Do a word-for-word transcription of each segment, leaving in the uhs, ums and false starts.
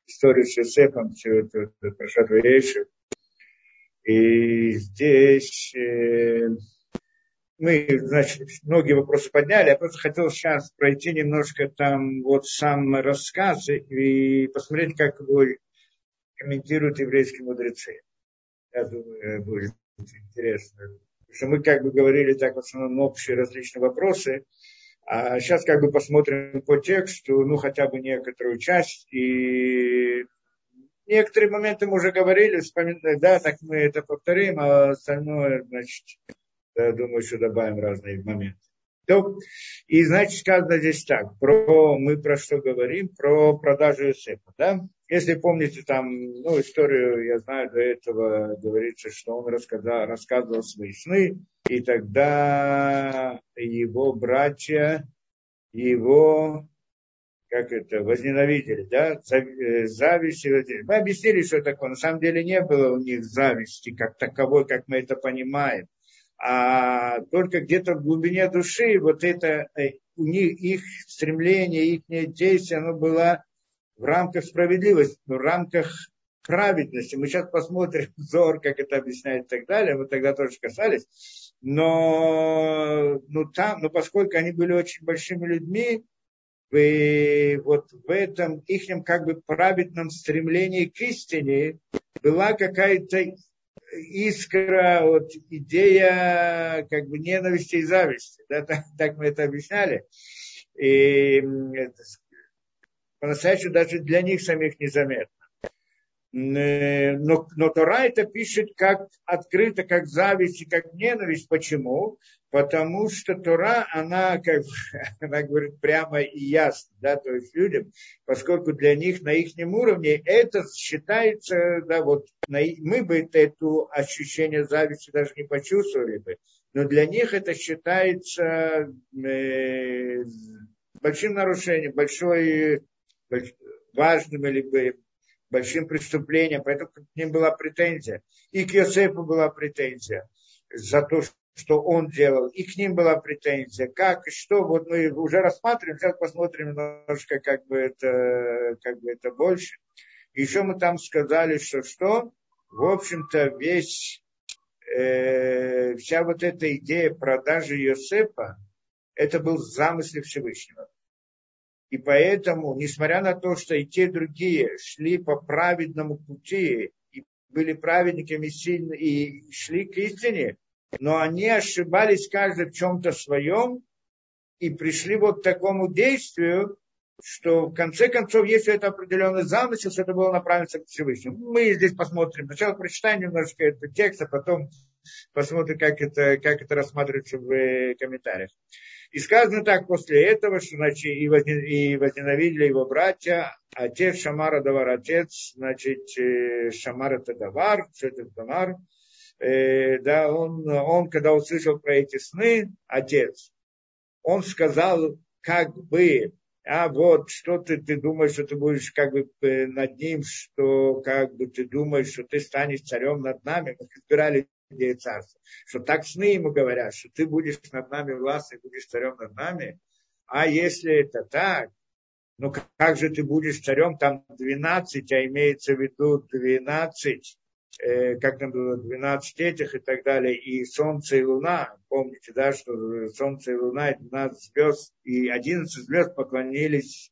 историю с Йосефом, все это, это Парашат Ваэйшев. И здесь э, мы, значит, многие вопросы подняли. Я просто хотел сейчас пройти немножко там вот сам рассказ и посмотреть, как его комментируют еврейские мудрецы. Я думаю, будет интересно. Потому что мы как бы говорили так в основном общие различные вопросы. А сейчас как бы посмотрим по тексту, ну, хотя бы некоторую часть. И некоторые моменты мы уже говорили, вспоминали, да, так мы это повторим, а остальное, значит, я думаю, что добавим разные моменты. То, и, значит, сказано здесь так, про, мы про что говорим? Про продажу Йосефа, да? Если помните там, ну, историю, я знаю, до этого говорится, что он рассказал, рассказывал свои сны, и тогда его братья, его, как это, возненавидели, да, зависть. Мы объяснили, что такое. На самом деле не было у них зависти, как таковой, как мы это понимаем. А только где-то в глубине души вот это, у них, их стремление, их действие, оно было в рамках справедливости, в рамках праведности. Мы сейчас посмотрим взор, как это объясняет и так далее. Мы тогда тоже касались. Но, ну, там, но поскольку они были очень большими людьми, и вот в этом ихнем как бы праведном стремлении к истине была какая-то искра, вот, идея как бы ненависти и зависти. Да, так, так мы это объясняли. И это, по-настоящему даже для них самих незаметно. Но, но Тора это пишет как открыто, как зависть и как ненависть. Почему? Потому что Тора, она, как она говорит прямо и ясно, да, то есть людям, поскольку для них на их уровне это считается, да, вот на, мы бы это ощущение зависти даже не почувствовали бы, но для них это считается э, большим нарушением, большой, больш, важным или бы большим преступлением, поэтому к ним была претензия. И к Йосефу была претензия за то, что он делал. И к ним была претензия. Как и что, вот мы уже рассматриваем, сейчас посмотрим немножко, как бы это, как бы это больше. Еще мы там сказали, что что, в общем-то, весь, э, вся вот эта идея продажи Йосефа, это был замысел Всевышнего. И поэтому, несмотря на то, что и те, и другие шли по праведному пути, и были праведниками сильно, и шли к истине, но они ошибались каждый в чем-то своем, и пришли вот к такому действию, что в конце концов, если это определенный замысел, что это было направлено к Всевышнему. Мы здесь посмотрим. Сначала прочитаем немножко этот текст, а потом посмотрим, как это, как это рассматривается в комментариях. И сказано так после этого, что, значит, и возненавидели его братья, отец Шамара Давар, отец, значит, Шамара Тадавар, что это Тамар, э, да, он, он, когда услышал про эти сны, отец, он сказал, как бы, а вот, что ты, ты думаешь, что ты будешь как бы над ним, что как бы ты думаешь, что ты станешь царем над нами, мы избирали идею царства, что так сны ему говорят, что ты будешь над нами властный, будешь царем над нами, а если это так, ну как же ты будешь царем, там двенадцать, а имеется в виду двенадцать, э, как там было, двенадцать этих и так далее, и солнце и луна, помните, да, что солнце и луна, и двенадцать звезд, и одиннадцать звезд поклонились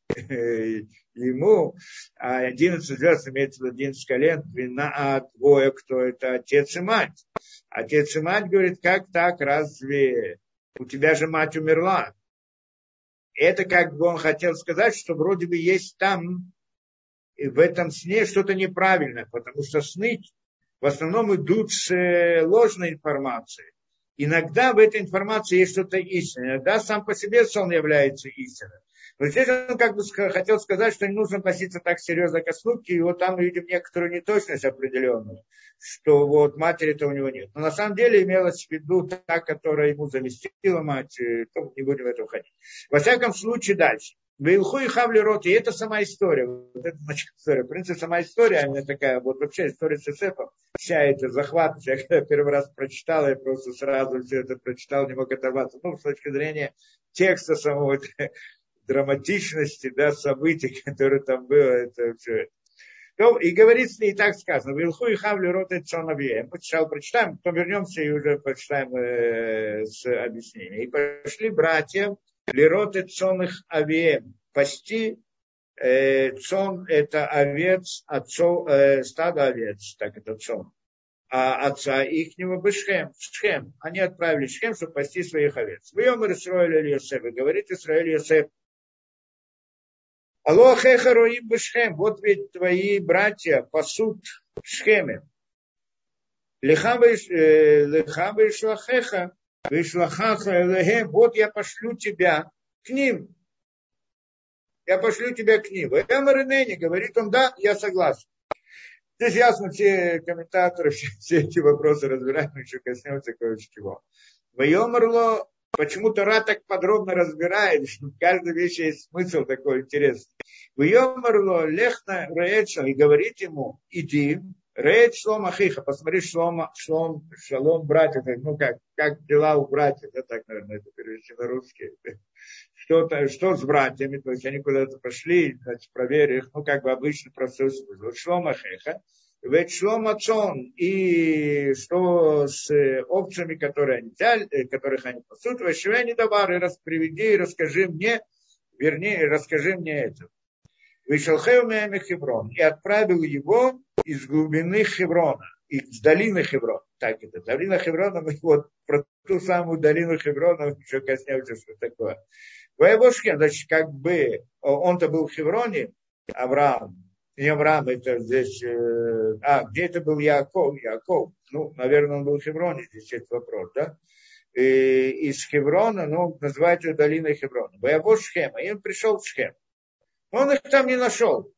ему, а одиннадцать звезд имеется в виду одиннадцать колен, двенадцать, а двое, кто это, отец и мать. Отец и мать говорит, как так, разве у тебя же мать умерла? Это как бы он хотел сказать, что вроде бы есть там, в этом сне что-то неправильное, потому что сны в основном идут с ложной информацией. Иногда в этой информации есть что-то истинное, иногда сам по себе сон является истиной. Но здесь он как бы хотел сказать, что не нужно относиться так серьезно к сну, и вот там мы видим некоторую неточность определенную, что вот матери-то у него нет. Но на самом деле имелось в виду та, которая ему заместила мать, то не будем в это уходить. Во всяком случае, дальше. Вилху и Хавли рот, и это сама история. Вот это значит история. В принципе, сама история, она такая, вот вообще история с Йосефом, вся эта захват, я когда первый раз прочитал, я просто сразу все это прочитал, не мог оторваться. Ну, с точки зрения текста самого, драматичности, да, событий, которые там было, это все. То, и говорится, и так сказано, «Вилху и хавли роты цонавием». Сначала прочитаем, потом вернемся и уже прочитаем э, с объяснением. «И пошли братья лироты цонных авием». Пасти э, цон – это овец, отцов, э, стадо овец, так это цон. А отца ихнего бы Шхем, Шхем. Они отправили Шхем, чтобы пасти своих овец. Вы ем Исраэль Йосеф, говорит Исраэль Йосеф. Алло, Хеха Роим Бешхем, вот ведь твои братья пасут в Шхеме. Леха вышла Хеха, вышла Хаха Элехем, вот я пошлю тебя к ним. Я пошлю тебя к ним. Я Маринени, говорит он, да, я согласен. Здесь ясно, все комментаторы, все, все эти вопросы разбирают, мы еще коснемся кое-чего. Вайомарло, почему Тора так подробно разбирает, что в каждой вещи есть смысл такой интересный. Вайомарло, лехна, реэча, и говорит ему, иди, реэч шлом ахиха, посмотри шлом, шлом, шалом братьев, ну как, как дела у братьев, да, так, наверное, это перевести на русский. Что-то, что с братьями, то есть они куда-то пошли, значит, проверили их, ну, как бы обычно простой смысл. Вот шлом ахеха, ведь шлом ацон, и что с овцами, которые они взяли, которых они пасут, вошли они товары, приведи и расскажи мне, вернее, расскажи мне это. Вышел Хевмеями Хеврон, и отправил его из глубины Хеврона, из долины Хеврона. Так это, долина Хеврона, мы вот про ту самую долину Хеврона еще коснемся, что такое. Воевошкин, значит, как бы он-то был в Хевроне, Авраам, не Авраам, это здесь, э, а, где это был Яаков, Яаков, ну, наверное, он был в Хевроне, здесь есть вопрос, да, и, из Хеврона, ну, называют ее долиной Хеврона, Воевошкин, и он пришел в Шхем, но он их там не нашел,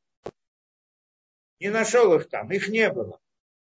не нашел их там, их не было.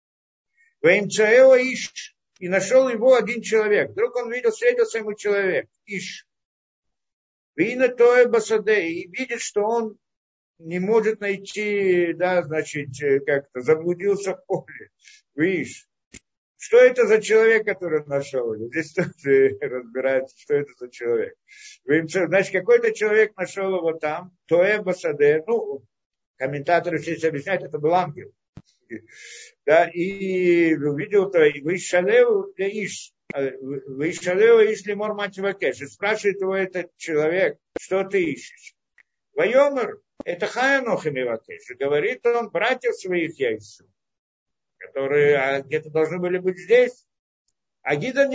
Воимцаэо Иш, и нашел его один человек, вдруг он видел, встретился ему человек, Иш, Вина Тоэ Басаде, и видит, что он не может найти, да, значит, как-то заблудился в поле. Видишь, что это за человек, который он нашел? Здесь тоже разбирается, что это за человек. Значит, какой-то человек нашел его там, Тоэ Басаде, ну, комментаторы все объясняют, это был ангел. Да, и увидел то, и вышалеу для Иш. Вышалеу Иш лимор мативакеш. И спрашивает его этот человек, что ты ищешь. Вайомер, это хаянохами вакеш. Говорит он, братьев своих я ищу, которые а, где-то должны были быть здесь. Агидана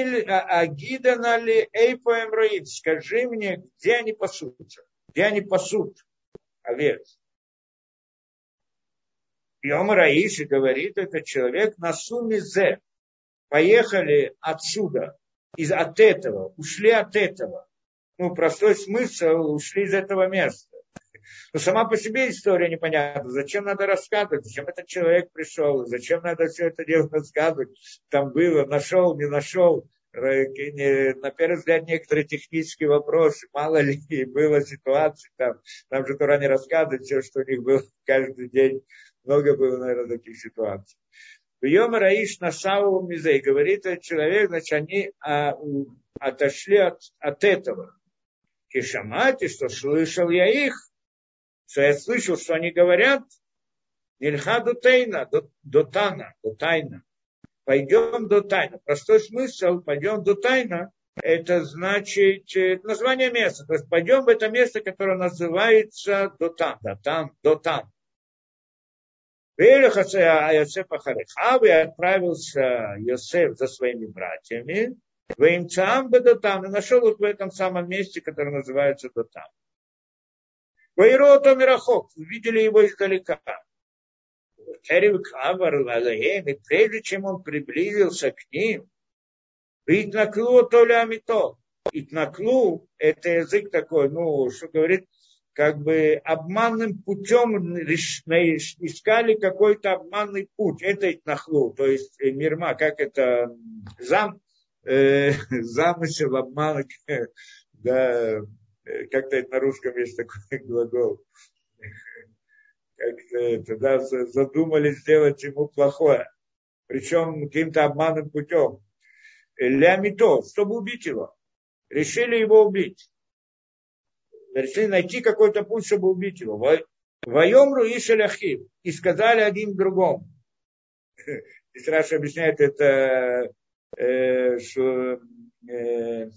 ли эйпоэм роим. Скажи мне, где они пасутся? Где они пасут овец? Йом Раиши говорит, этот человек на сумме зе. Поехали отсюда, из, от этого, ушли от этого. Ну, простой смысл, ушли из этого места. Но сама по себе история непонятна. Зачем надо рассказывать? Зачем этот человек пришел? Зачем надо все это дело рассказывать? Там было, нашел, не нашел. На первый взгляд, некоторые технические вопросы. Мало ли было ситуаций там. Там же Тора не рассказывает все, что у них было каждый день. Много было, наверное, таких ситуаций. Йом Раиш Насау Мизей, говорит этот человек, значит, они а, у, отошли от, от этого. Кишамати, что слышал я их, что я слышал, что они говорят, Нильха до Тайна, до, до Тана, до Тайна. Пойдем до Тайна. Простой смысл, пойдем до Тайна, это значит название места. То есть пойдем в это место, которое называется Дотан, Дотан, Дотан. И отправился Йосеф за своими братьями, Ваимцаам Бедотам, и нашел их в этом самом месте, которое называется Дотам. Ваирото Мирахок, увидели его издалека. И прежде чем он приблизился к ним, Итнаклу то ли амито. Итнаклу – это язык такой, ну, что говорит, как бы обманным путем искали какой-то обманный путь. Это итнахлу, то есть мирма, как это зам, э, замысел, обман, да, как-то это на русском есть такой глагол. Как-то тогда задумали сделать ему плохое, причем каким-то обманным путем. Лямито, чтобы убить его. Решили его убить. Решили найти какой-то путь, чтобы убить его. Вайомру и шеляхив. И сказали один другому. Здесь Раша объясняет это, э, что э,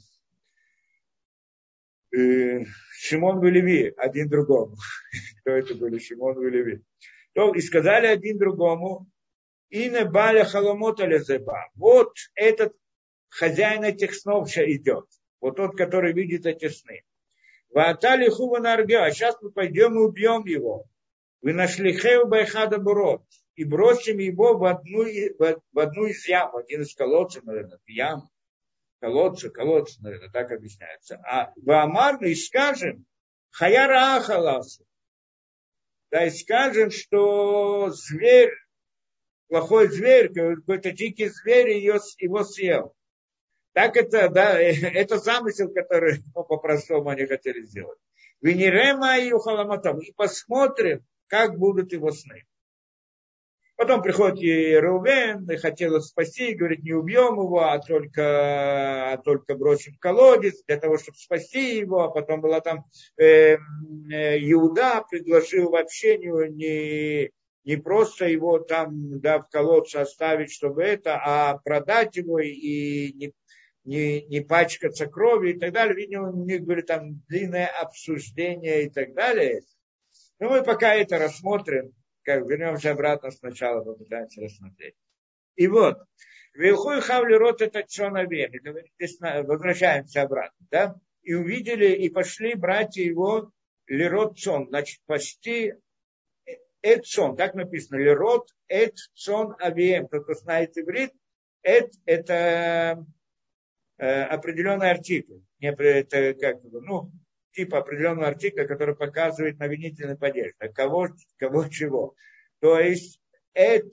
э, Шимон и Леви один другому. Кто это были? Шимон и Леви. То, и сказали один другому, и не баля халомота лезеба. Вот этот хозяин этих снов идет. Вот тот, который видит эти сны. Ваатали хува наргеа. А сейчас мы пойдем и убьем его. Вы нашли хеу байхада бурот. И бросим его в одну, в одну из ям. Один из колодцев, наверное, ям. Колодцы, колодцы, наверное, так объясняется. А в Амарну и скажем, хаяра ахаласу. Да, и скажем, что зверь, плохой зверь, какой-то дикий зверь ее, его съел. Так это, да, это замысел, который, ну, по-простому они хотели сделать. Венерема и ухаламатам. И посмотрим, как будут его сны. Потом приходит и Рувен, и хотел спасти, и говорит, не убьем его, а только, а только бросим в колодец, для того, чтобы спасти его. А потом была там э, Иуда, предложил вообще не, не, не просто его там, да, в колодце оставить, чтобы это, а продать его и не, не, не пачкаться кровью и так далее. Видимо, у них были там длинное обсуждение и так далее. Но мы пока это рассмотрим. Как вернемся обратно сначала, попытаемся рассмотреть. И вот, Вилхуй хавли рот это чонавем. Возвращаемся обратно, да? И увидели, и пошли братья его лирот цон. Значит, почти эт цон. Так написано. Лирот эт цон авием. Тот, кто знает иврит, эт это э, определенный артикль. Не, это как, ну, типа определенного артикля, который показывает на винительной падежде. Кого, кого чего. То есть, эт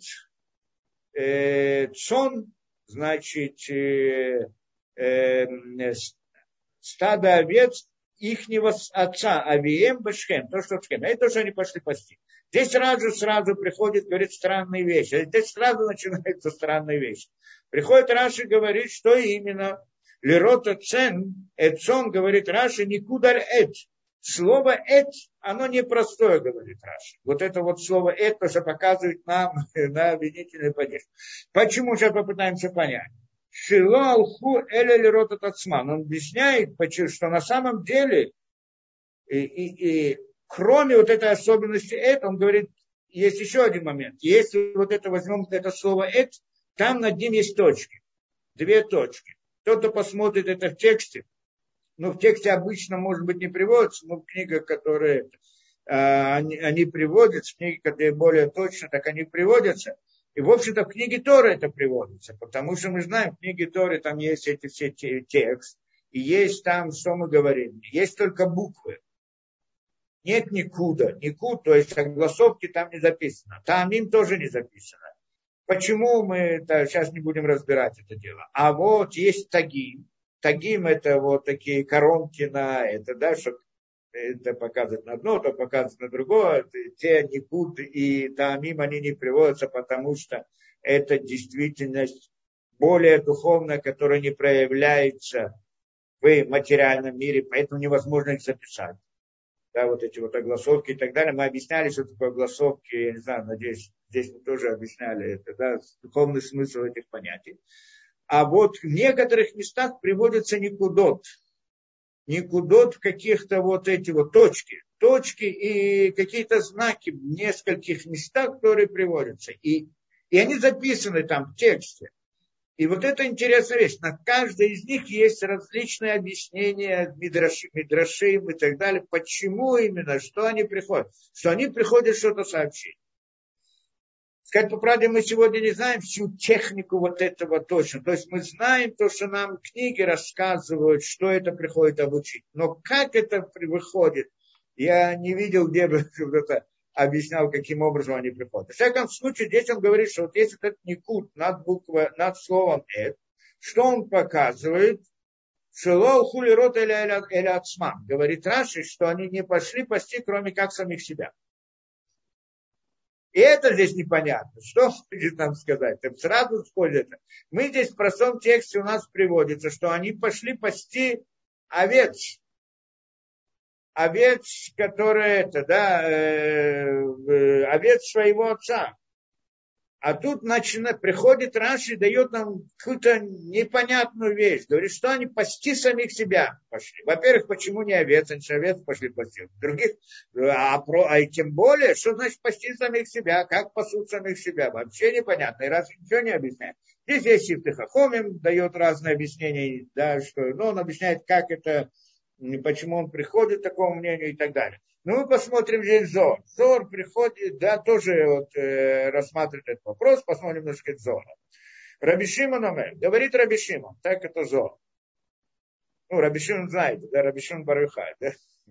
э, цон, значит, э, э, стадо овец ихнего отца, Авием Башхем, то, что в Шхем. Это то, что они пошли пасти. Здесь сразу, сразу приходит, говорит, странные вещи. Здесь сразу начинаются странные вещи. Приходит Раши и говорит, что именно Лерота цен, эцон, говорит Раши, никуда эт. Слово эт, оно непростое, говорит Раши. Вот это вот слово эт, то, что показывает нам на обвинительный падеж. Почему? Сейчас попытаемся понять. Шило алху эля лерота тацман. Он объясняет, что на самом деле, и, и, и кроме вот этой особенности эт, он говорит, есть еще один момент. Если вот это возьмем, это слово эт, там над ним есть точки. Две точки. Кто-то посмотрит это в тексте. Ну, в тексте обычно, может быть, не приводится, но в книгах, которые э, они, они приводятся, в книги, которые более точно, так они приводятся. И, в общем-то, в книге Торы это приводится, потому что мы знаем, в книге Торы там есть эти все тексты, и есть там, что мы говорим, есть только буквы. Нет никуда, никуда, то есть согласовки там не записано. Там им тоже не записано. Почему мы это, сейчас не будем разбирать это дело. А вот есть тагим. Тагим это вот такие коронки на это, да, что это показывает на одно, то показывает на другое. Те никуда и тамим они не приводятся, потому что это действительность более духовная, которая не проявляется в материальном мире, поэтому невозможно их записать. Да, вот эти вот огласовки и так далее. Мы объясняли, что такое огласовки, я не знаю, надеюсь, здесь мы тоже объясняли это, да, духовный смысл этих понятий. А вот в некоторых местах приводится никудот. Никудот в каких-то вот эти вот точки. Точки и какие-то знаки в нескольких местах, которые приводятся. И, и они записаны там в тексте. И вот это интересная вещь. На каждой из них есть различные объяснения мидрашим, мидрашим и так далее. Почему именно, что они приходят. Что они приходят что-то сообщить. Сказать по правде, мы сегодня не знаем всю технику вот этого точно. То есть мы знаем то, что нам книги рассказывают, что это приходит обучить. Но как это выходит, я не видел, где бы кто-то объяснял, каким образом они приходят. В всяком случае, здесь он говорит, что вот есть этот никут над буквой, над словом «эт», что он показывает, «Шелол хули рот эля ацман». Говорит Раши, что они не пошли пасти, кроме как самих себя. И это здесь непонятно. Что хочет нам сказать? Там сразу сходит. Мы здесь в простом тексте у нас приводится, что они пошли пасти овец. овец, которые это, да, э, овец своего отца. А тут начинает, приходит Раши и дает нам какую-то непонятную вещь. Говорит, что они пасти самих себя пошли. Во-первых, почему не овец, они же овец пошли пасти. Других, а, про, а тем более, что значит пасти самих себя, как пасут самих себя. Вообще непонятно. И Раши ничего не объясняет. Здесь есть Сифтей Хахомим, дает разные объяснения, да, что, ну, он объясняет, как это, почему он приходит к такому мнению и так далее. Ну, мы посмотрим здесь Зор. Зор приходит, да, тоже вот, э, рассматривает этот вопрос, посмотрим немножко Зора. Раби Шимон Омер, говорит Раби Шимон, так это Зор. Ну, Раби Шимон знаете, да, Раби Шимон бар Йохай, да?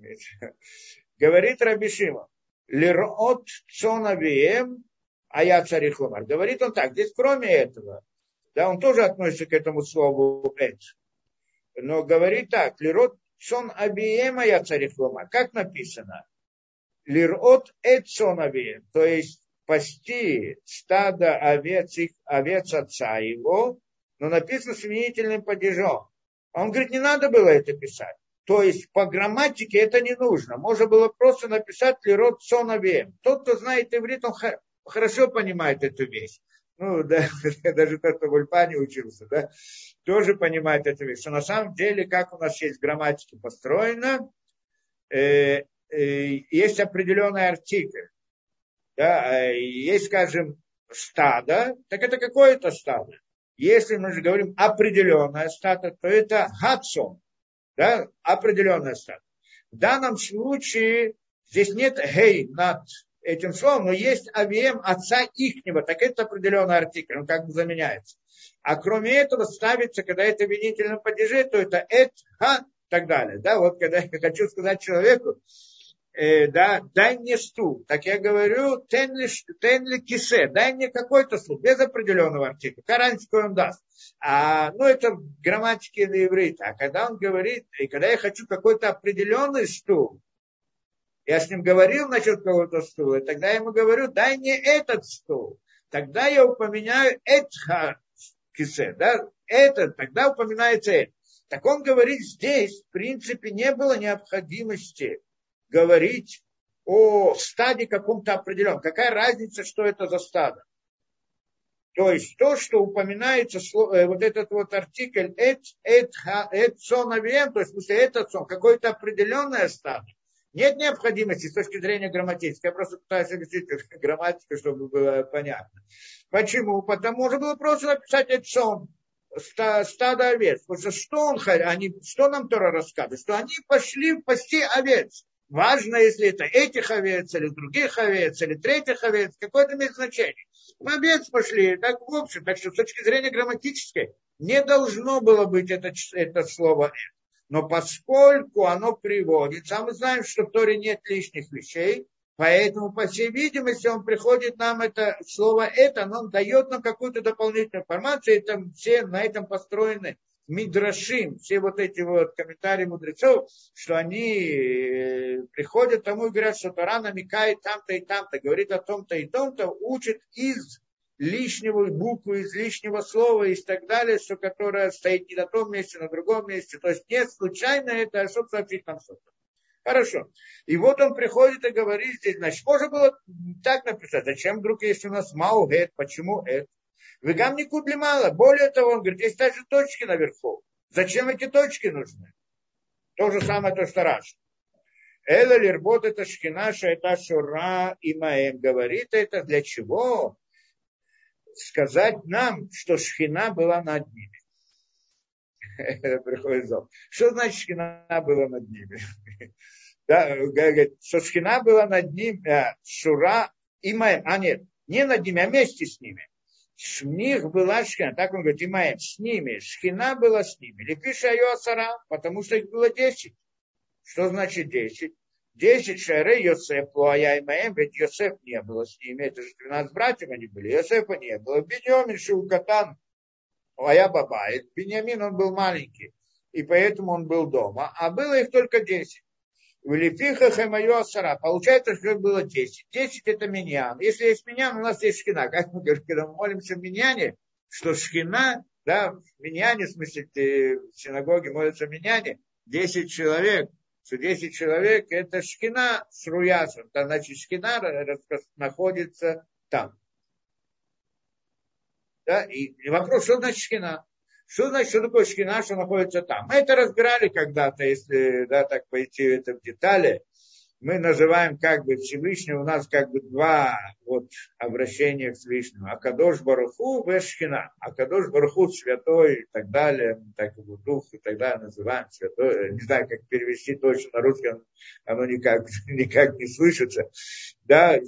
Говорит Раби Шимон, лирот цон авием, а я царих ломар. Говорит он так, здесь кроме этого, да, он тоже относится к этому слову эт. Но говорит так, лирот цон авием, а я царих ломар. Как написано? Лирот эт цон авием, то есть пасти стадо овец, их, овец отца его, но написано с именительным падежом. Он говорит, не надо было это писать. То есть по грамматике это не нужно. Можно было просто написать лирот цон авием. Тот, кто знает иврит, он хорошо понимает эту вещь. Ну, да, даже тот, кто в Ульпане учился, да, тоже понимает эту вещь. Что на самом деле, как у нас есть грамматика построена, э, э, есть определенный артикль. Да, э, есть, скажем, стадо, так это какое-то стадо. Если мы же говорим определенное стадо, то это гацон, да, определенное стадо. В данном случае здесь нет гей над этим словом, но есть авием отца ихнего, так это определенный артикль, он как бы заменяется. А кроме этого ставится, когда это винительно падеже, то это эт, ха, и так далее. Да, вот когда я хочу сказать человеку, э, да, дай мне стул, так я говорю, тенли, тенли кисе, дай мне какой-то стул, без определенного артикля, какой он даст. А, ну, это в грамматике на иврите. А когда он говорит, и когда я хочу какой-то определенный стул, я с ним говорил насчет какого-то стула, и тогда я ему говорю, дай мне этот стул. Тогда я упоминаю этха кисе, да, это, тогда упоминается это. Так он говорит, здесь, в принципе, не было необходимости говорить о стаде каком-то определенном. Какая разница, что это за стадо? То есть то, что упоминается, вот этот вот артикль эт, эт, эт, сон авием, то есть в смысле этот сон, какое-то определенное стадо. Нет необходимости с точки зрения грамматической. Я просто пытаюсь объяснить грамматику, чтобы было понятно. Почему? Потому что можно было просто написать этот сон, стадо овец. Потому что что, он, они, что нам Тора рассказывает? Что они пошли пасти овец. Важно, если это этих овец, или других овец, или третьих овец, какое-то имеет значение. Овец пошли, так в общем. Так что с точки зрения грамматической не должно было быть это, это слово «эт». Но поскольку оно приводится, а мы знаем, что в Торе нет лишних вещей, поэтому, по всей видимости, он приходит нам это слово «это», оно дает нам какую-то дополнительную информацию, и там все на этом построены мидрашим, все вот эти вот комментарии мудрецов, что они приходят к тому и говорят, что Тора намекает там-то и там-то, говорит о том-то и том-то, учит из лишнего буквы, из лишнего слова и так далее, что которое стоит не на том месте, на другом месте. То есть не случайно это, а чтобы сообщить нам что-то. Хорошо. И вот он приходит и говорит здесь, значит, можно было так написать, зачем вдруг есть у нас маугэт, почему это? Вегам никуд ли мало. Более того, он говорит, есть даже точки наверху. Зачем эти точки нужны? То же самое, то, что Раши. Эла лирбот это шхинаша, это шура и маэм. Говорит это для чего? Сказать нам, что шхина была над ними. Приходит зов. Что значит шхина была над ними? Да, говорит, что шхина была над ними, а, шура и маэм. А нет, не над ними, а вместе с ними. С них была шхина, так он говорит, и маэм, с ними. Шхина была с ними. Лепиша Йосара, потому что их было десять. Что значит десять? Десять шарей Йосеф, Луая и Маэм, ведь Йосеф не было с ними, это же двенадцать братьев они были, Йосефа не было. Беньямин Шиукатан, Луая Бабает, Беньямин он был маленький, и поэтому он был дома, а было их только десять. В Лепиха Хэмайо Асара, получается, что их было десять. Десять это миньян. Если есть миньян, у нас есть шхина. Как мы говорим, когда мы молимся в миньяне, что шхина, да, в миньяне, в смысле, в синагоге молятся в миньяне, десять человек, что десять человек это шкина с руясом, то значит шкина находится там. Да? И, и вопрос, что значит шкина? Что значит, что такое шкина, что находится там? Мы это разбирали когда-то, если да, так пойти это в детали. Мы называем как бы Всевышний, у нас как бы два вот, обращения к Всевышнему. Акадош Баруху в Шхина. Акадош Баруху святой и так далее. Так его дух и так далее называем святой. Не знаю, как перевести точно на русский, оно никак, никак не слышится. Да,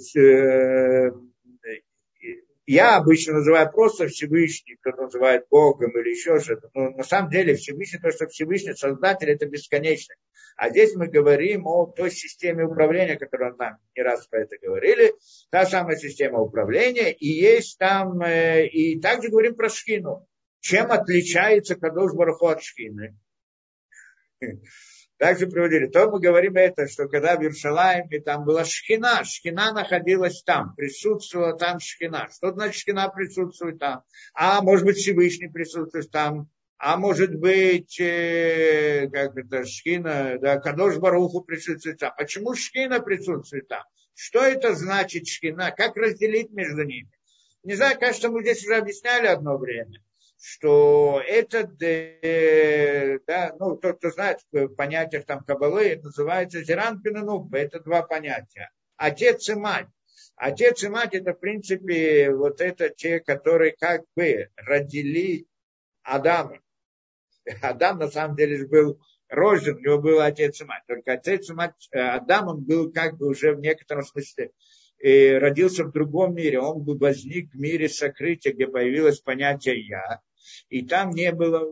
я обычно называю просто Всевышний, кто называет Богом или еще что-то. Но на самом деле Всевышний, то, что Всевышний Создатель, это бесконечно. А здесь мы говорим о той системе управления, о которой нам не раз про это говорили. Та самая система управления. И есть там, э, и также говорим про Шхину. Чем отличается Кадош Барух Ху от Шхины? Также приводили. То мы говорим это, что когда в Иерусалиме там была шхина, шхина находилась там, присутствовала там шхина. Что значит шхина присутствует там? А может быть Всевышний присутствует там, а может быть, э, как это, шхина, да, Кадош Барух Ху присутствует там. Почему шхина присутствует там? Что это значит шхина? Как разделить между ними? Не знаю, кажется, мы здесь уже объясняли одно время, что это, да, ну, тот, кто знает в понятиях там Каббалы, это называется Зиран Пинануба, это два понятия. Отец и мать. Отец и мать это, в принципе, вот это те, которые как бы родили Адама. Адам, на самом деле, был рожден, у него был отец и мать. Только отец и мать Адам, он был как бы уже в некотором смысле и родился в другом мире. Он был возник в мире сокрытия, где появилось понятие «я». И там не было,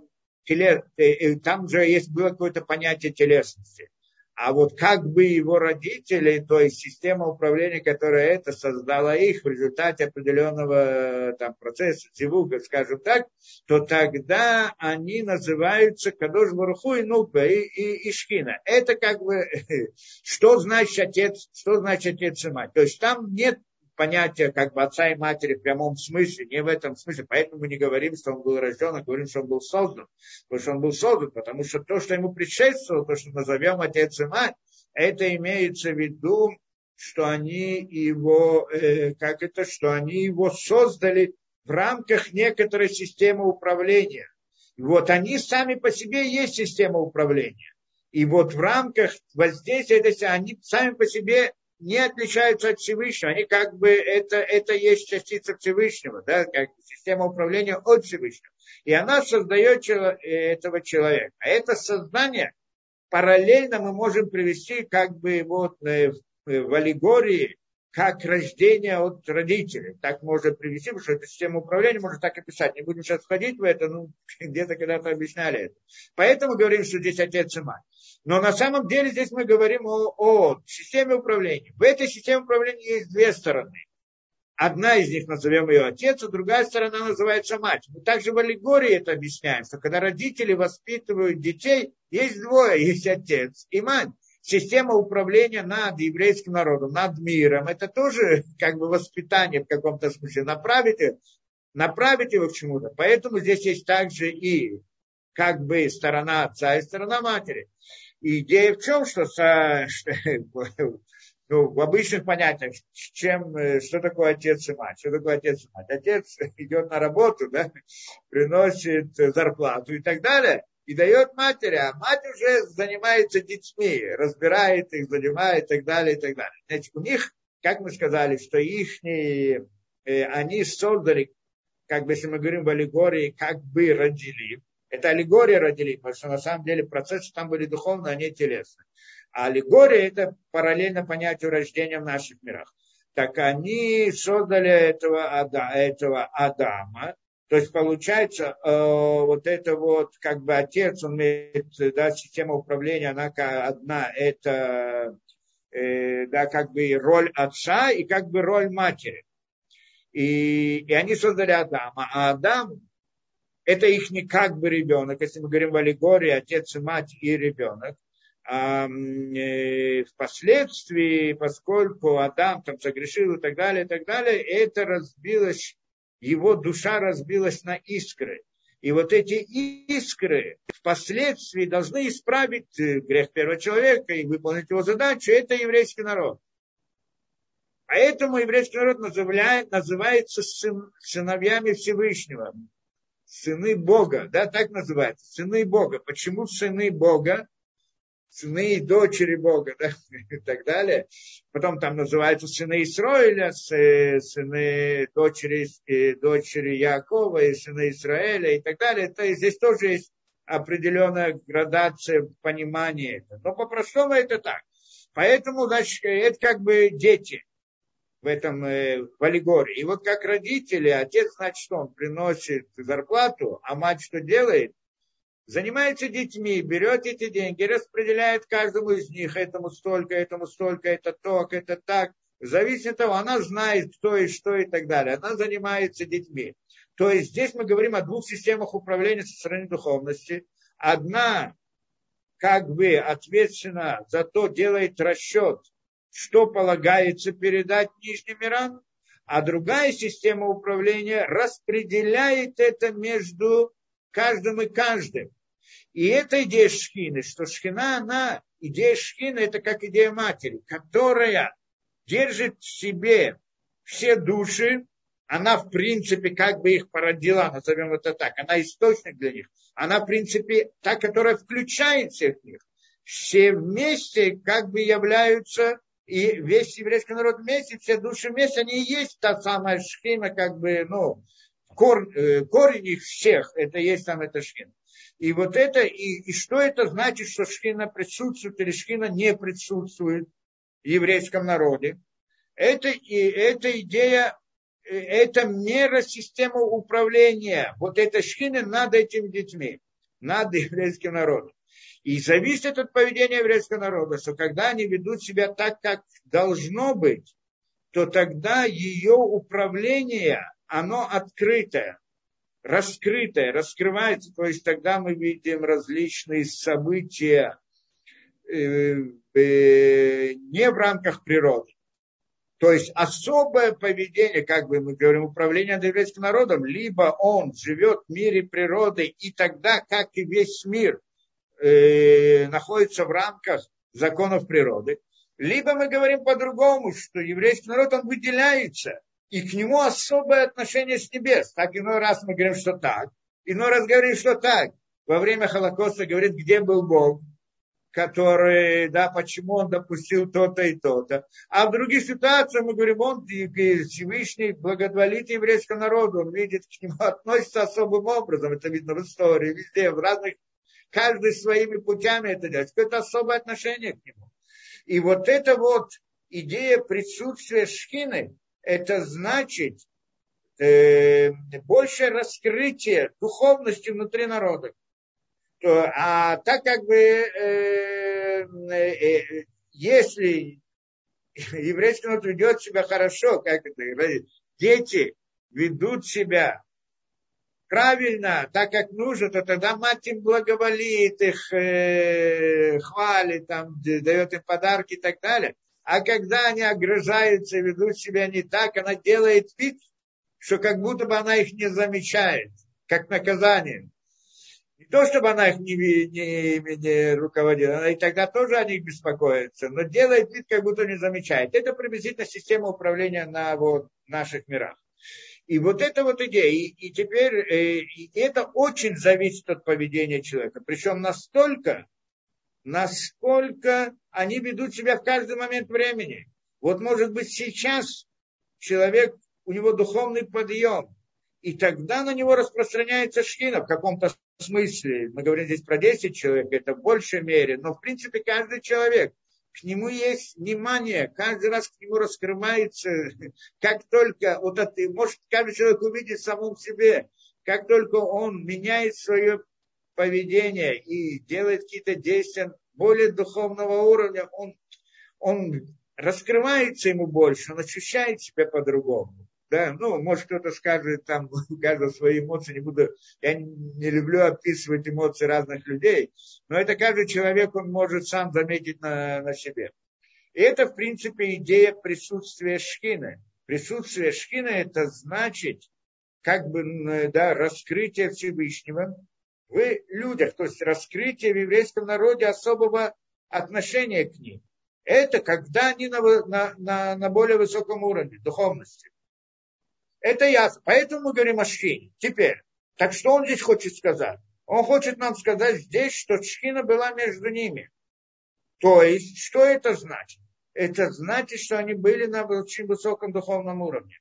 там же есть было какое-то понятие телесности. А вот как бы его родители, то есть система управления, которая это создала их в результате определенного там, процесса, зивуга, скажем так, то тогда они называются Кадош Барух Ху и Нукба и, и, и Шхина. Это как бы, что значит отец, что значит отец и мать. То есть там нет понятия как бы отца и матери в прямом смысле, не в этом смысле. Поэтому мы не говорим, что он был рожден, а говорим, что он был создан. Потому что он был создан, потому что то, что ему предшествовало, то, что назовем отец и мать, это имеется в виду, что они его, э, как это, что они его создали в рамках некоторой системы управления. И вот они сами по себе есть система управления. И вот в рамках воздействия, они сами по себе не отличаются от Всевышнего. Они как бы, это, это есть частица Всевышнего, да, как система управления от Всевышнего. И она создает этого человека. А это создание параллельно мы можем привести как бы вот в аллегории, как рождение от родителей. Так можно привести, потому что эта система управления можно так описать. Не будем сейчас входить в это, ну, где-то когда-то объясняли это. Поэтому говорим, что здесь отец и мать. Но на самом деле здесь мы говорим о, о системе управления. В этой системе управления есть две стороны. Одна из них назовем ее отец, а другая сторона называется мать. Мы также в аллегории это объясняем, что когда родители воспитывают детей, есть двое, есть отец и мать. Система управления над еврейским народом, над миром, это тоже как бы воспитание в каком-то смысле. Направить, направить его к чему-то. Поэтому здесь есть также и как бы сторона отца и сторона матери. И идея в чем, что, со, что ну, в обычных понятиях, чем, что такое отец и мать? Что такое отец и мать? Отец идет на работу, да, приносит зарплату и так далее. И дает матери, а мать уже занимается детьми, разбирает их, занимает и так далее, и так далее. Значит, у них, как мы сказали, что их, э, они создали, как бы, если мы говорим в аллегории, как бы родили. Это аллегория родили, потому что на самом деле процессы там были духовные, а не телесные. А аллегория это параллельно понятию рождения в наших мирах. Так они создали этого, Ада, этого Адама. То есть получается, э, вот это вот как бы отец, он имеет, да, система управления, она одна, это, э, да, как бы роль отца и как бы роль матери. И, и они создали Адама. А Адам, это их не как бы ребенок, если мы говорим в аллегории, отец и мать и ребенок. А, э, впоследствии, поскольку Адам там согрешил и так далее, и так далее, это разбилось. Его душа разбилась на искры. И вот эти искры впоследствии должны исправить грех первого человека и выполнить его задачу. Это еврейский народ. Поэтому еврейский народ называет, называется сын, сыновьями Всевышнего. Сыны Бога, да, так называется. Сыны Бога. Почему сыны Бога? Сыны и дочери Бога, да, и так далее. Потом там называются сыны Исроиля, сыны дочери, дочери Якова и сыны Израиля и так далее. То есть здесь тоже есть определенная градация в понимании. Но по-простому это так. Поэтому, значит, это как бы дети в этом, в аллегории. И вот как родители, отец, значит, что он приносит зарплату, а мать что делает? Занимается детьми, берет эти деньги, распределяет каждому из них, этому столько, этому столько, это так, это так. Зависит от того, она знает, кто и что и так далее. Она занимается детьми. То есть здесь мы говорим о двух системах управления со стороны духовности. Одна как бы ответственна за то, делает расчет, что полагается передать нижним мирам, а другая система управления распределяет это между каждым и каждым. И это идея Шхины, что Шхина, она, идея Шхины, это как идея матери, которая держит в себе все души, она в принципе как бы их породила, назовем это так, она источник для них, она в принципе та, которая включает всех них, все вместе как бы являются, и весь еврейский народ вместе, все души вместе, они и есть та самая Шхина, как бы, ну, корень, корень их всех, это есть там эта Шхина. И вот это, и, и что это значит, что Шхина присутствует или Шхина не присутствует в еврейском народе? Это, и, это идея, это мера системы управления. Вот эта Шхина над этими детьми, над еврейским народом. И зависит от поведения еврейского народа, что когда они ведут себя так, как должно быть, то тогда ее управление, оно открытое. Раскрытое, раскрывается, то есть тогда мы видим различные события э, э, не в рамках природы. То есть особое поведение, как бы мы говорим, управление над еврейским народом, либо он живет в мире природы, и тогда, как и весь мир, э, находится в рамках законов природы, либо мы говорим по-другому, что еврейский народ, он выделяется, и к нему особое отношение с небес. Так иной раз мы говорим, что так. Иной раз говорим, что так. Во время Холокоста говорит, где был Бог, который, да, почему он допустил то-то и то-то. А в других ситуациях мы говорим, он Всевышний благоволит еврейскому народу, он видит, к нему относится особым образом. Это видно в истории, везде, в разных, каждый своими путями это делает. Какое-то особое отношение к нему. И вот эта вот идея присутствия Шхины, это значит э, большее раскрытие духовности внутри народа. То, а так как бы, э, э, если еврейский народ ведет себя хорошо, как это, дети ведут себя правильно, так как нужно, то тогда мать им благоволит, их э, хвалит, там, дает им подарки и так далее. А когда они огрызаются и ведут себя не так, она делает вид, что как будто бы она их не замечает, как наказание. Не то, чтобы она их не, не, не руководила, она и тогда тоже о них беспокоится, но делает вид, как будто не замечает. Это приблизительно система управления на вот, наших мирах. И вот это вот идея. И, и теперь э, и это очень зависит от поведения человека. Причем настолько, насколько они ведут себя в каждый момент времени. Вот может быть сейчас человек, у него духовный подъем, и тогда на него распространяется шхина в каком-то смысле. Мы говорим здесь про десять человек, это в большей мере, но в принципе каждый человек, к нему есть внимание, каждый раз к нему раскрывается, как только, вот это, может каждый человек увидеть в самом себе, как только он меняет свое поведение и делает какие-то действия более духовного уровня, он, он раскрывается ему больше, он ощущает себя по-другому. Да, ну, может, кто-то скажет, там, у каждого свои эмоции, не буду, я не люблю описывать эмоции разных людей, но это каждый человек, он может сам заметить на, на себе. И это, в принципе, идея присутствия шхины. Присутствие шхины, это значит, как бы, да, раскрытие Всевышнего в людях, то есть раскрытие в еврейском народе особого отношения к ним. Это когда они на, на, на, на более высоком уровне духовности. Это ясно. Поэтому мы говорим о шхине. Теперь, так что он здесь хочет сказать? Он хочет нам сказать здесь, что шхина была между ними. То есть, что это значит? Это значит, что они были на очень высоком духовном уровне.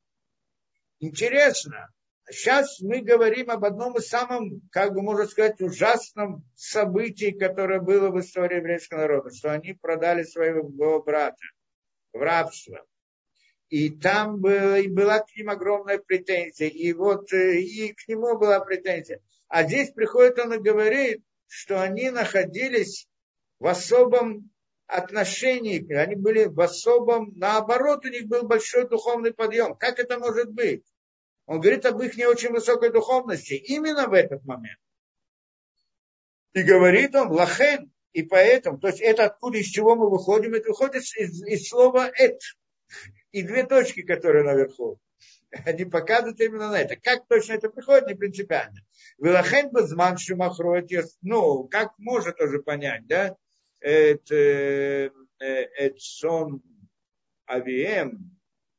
Интересно. Сейчас мы говорим об одном из самых, как бы можно сказать, ужасном событии, которое было в истории еврейского народа, что они продали своего брата в рабство. И там было, и была к ним огромная претензия, и вот и к нему была претензия. А здесь приходит он и говорит, что они находились в особом отношении, они были в особом, наоборот, у них был большой духовный подъем. Как это может быть? Он говорит об их не очень высокой духовности именно в этот момент. И говорит он лахен, и поэтому, то есть это откуда, из чего мы выходим, это выходит из, из слова эт. И две точки, которые наверху, они показывают именно на это. Как точно это приходит, не принципиально. Лахен базман шумахроет, ну, как можно тоже понять, да, это, это сон авием.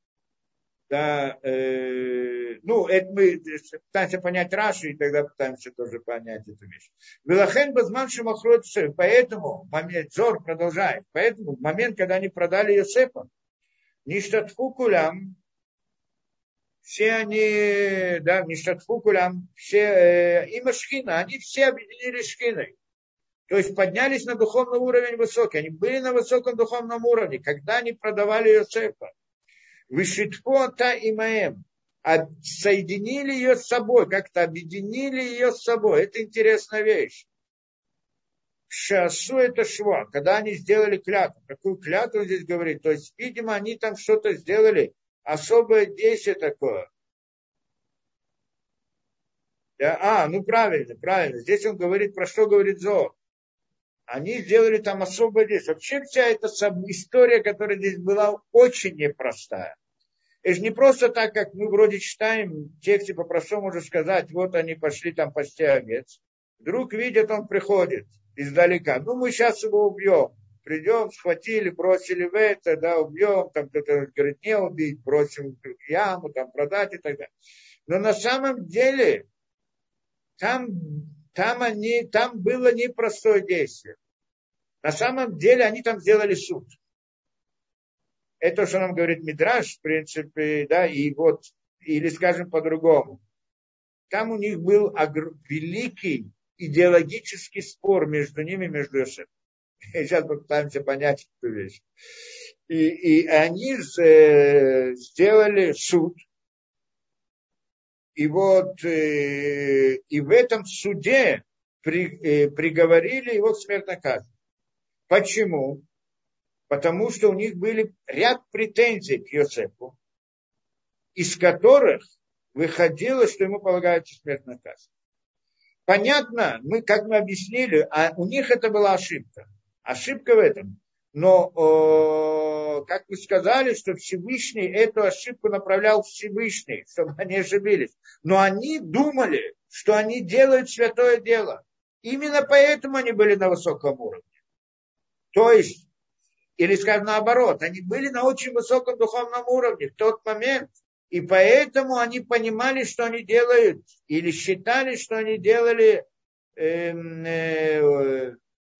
Да, э, ну, это мы пытаемся понять Раши, и тогда пытаемся тоже понять эту вещь. Вилахен базман шумахроет, поэтому момент, Зор продолжает, поэтому в момент, когда они продали Йосефа, ништатфу кулям, все они, да, ништатфу кулям, все, э, и Шхина, они все объединились Шхиной. То есть поднялись на духовный уровень высокий. Они были на высоком духовном уровне, когда они продавали Йосефа. Вышитфота и Маэм. Соединили ее с собой, как-то объединили ее с собой. Это интересная вещь. Шасу это шва, когда они сделали клятву. Какую клятву здесь говорит? То есть, видимо, они там что-то сделали, особое действие такое. Да? А, ну правильно, правильно. Здесь он говорит, про что говорит Зоар. Они сделали там особое действие. Вообще вся эта история, которая здесь была, очень непростая. Это же не просто так, как мы вроде читаем, в тексте по-простому можно сказать, вот они пошли там пасти овец. Вдруг видят, он приходит издалека. Ну, мы сейчас его убьем. Придем, схватили, бросили в это, да, убьем. Там кто-то говорит, не убить, бросим в яму, там продать и так далее. Но на самом деле, там, там, они, там было непростое действие. На самом деле, они там сделали суд. Это, что нам говорит Мидраш, в принципе, да, и вот, или скажем по-другому. Там у них был огр... великий идеологический спор между ними, между Йосефом. Сейчас попытаемся понять эту вещь. И, и они э, сделали суд. И вот, э, и в этом суде при, э, приговорили его к смертной казни. Почему? Потому что у них были ряд претензий к Йосефу, из которых выходило, что ему полагается смертная казнь. Понятно, мы, как мы объяснили, а у них это была ошибка. Ошибка в этом. Но, э, как вы сказали, что Всевышний эту ошибку направлял Всевышний, чтобы они ошибились. Но они думали, что они делают святое дело. Именно поэтому они были на высоком уровне. То есть, или, скажем, наоборот, они были на очень высоком духовном уровне в тот момент, и поэтому они понимали, что они делают, или считали, что они делали э, э,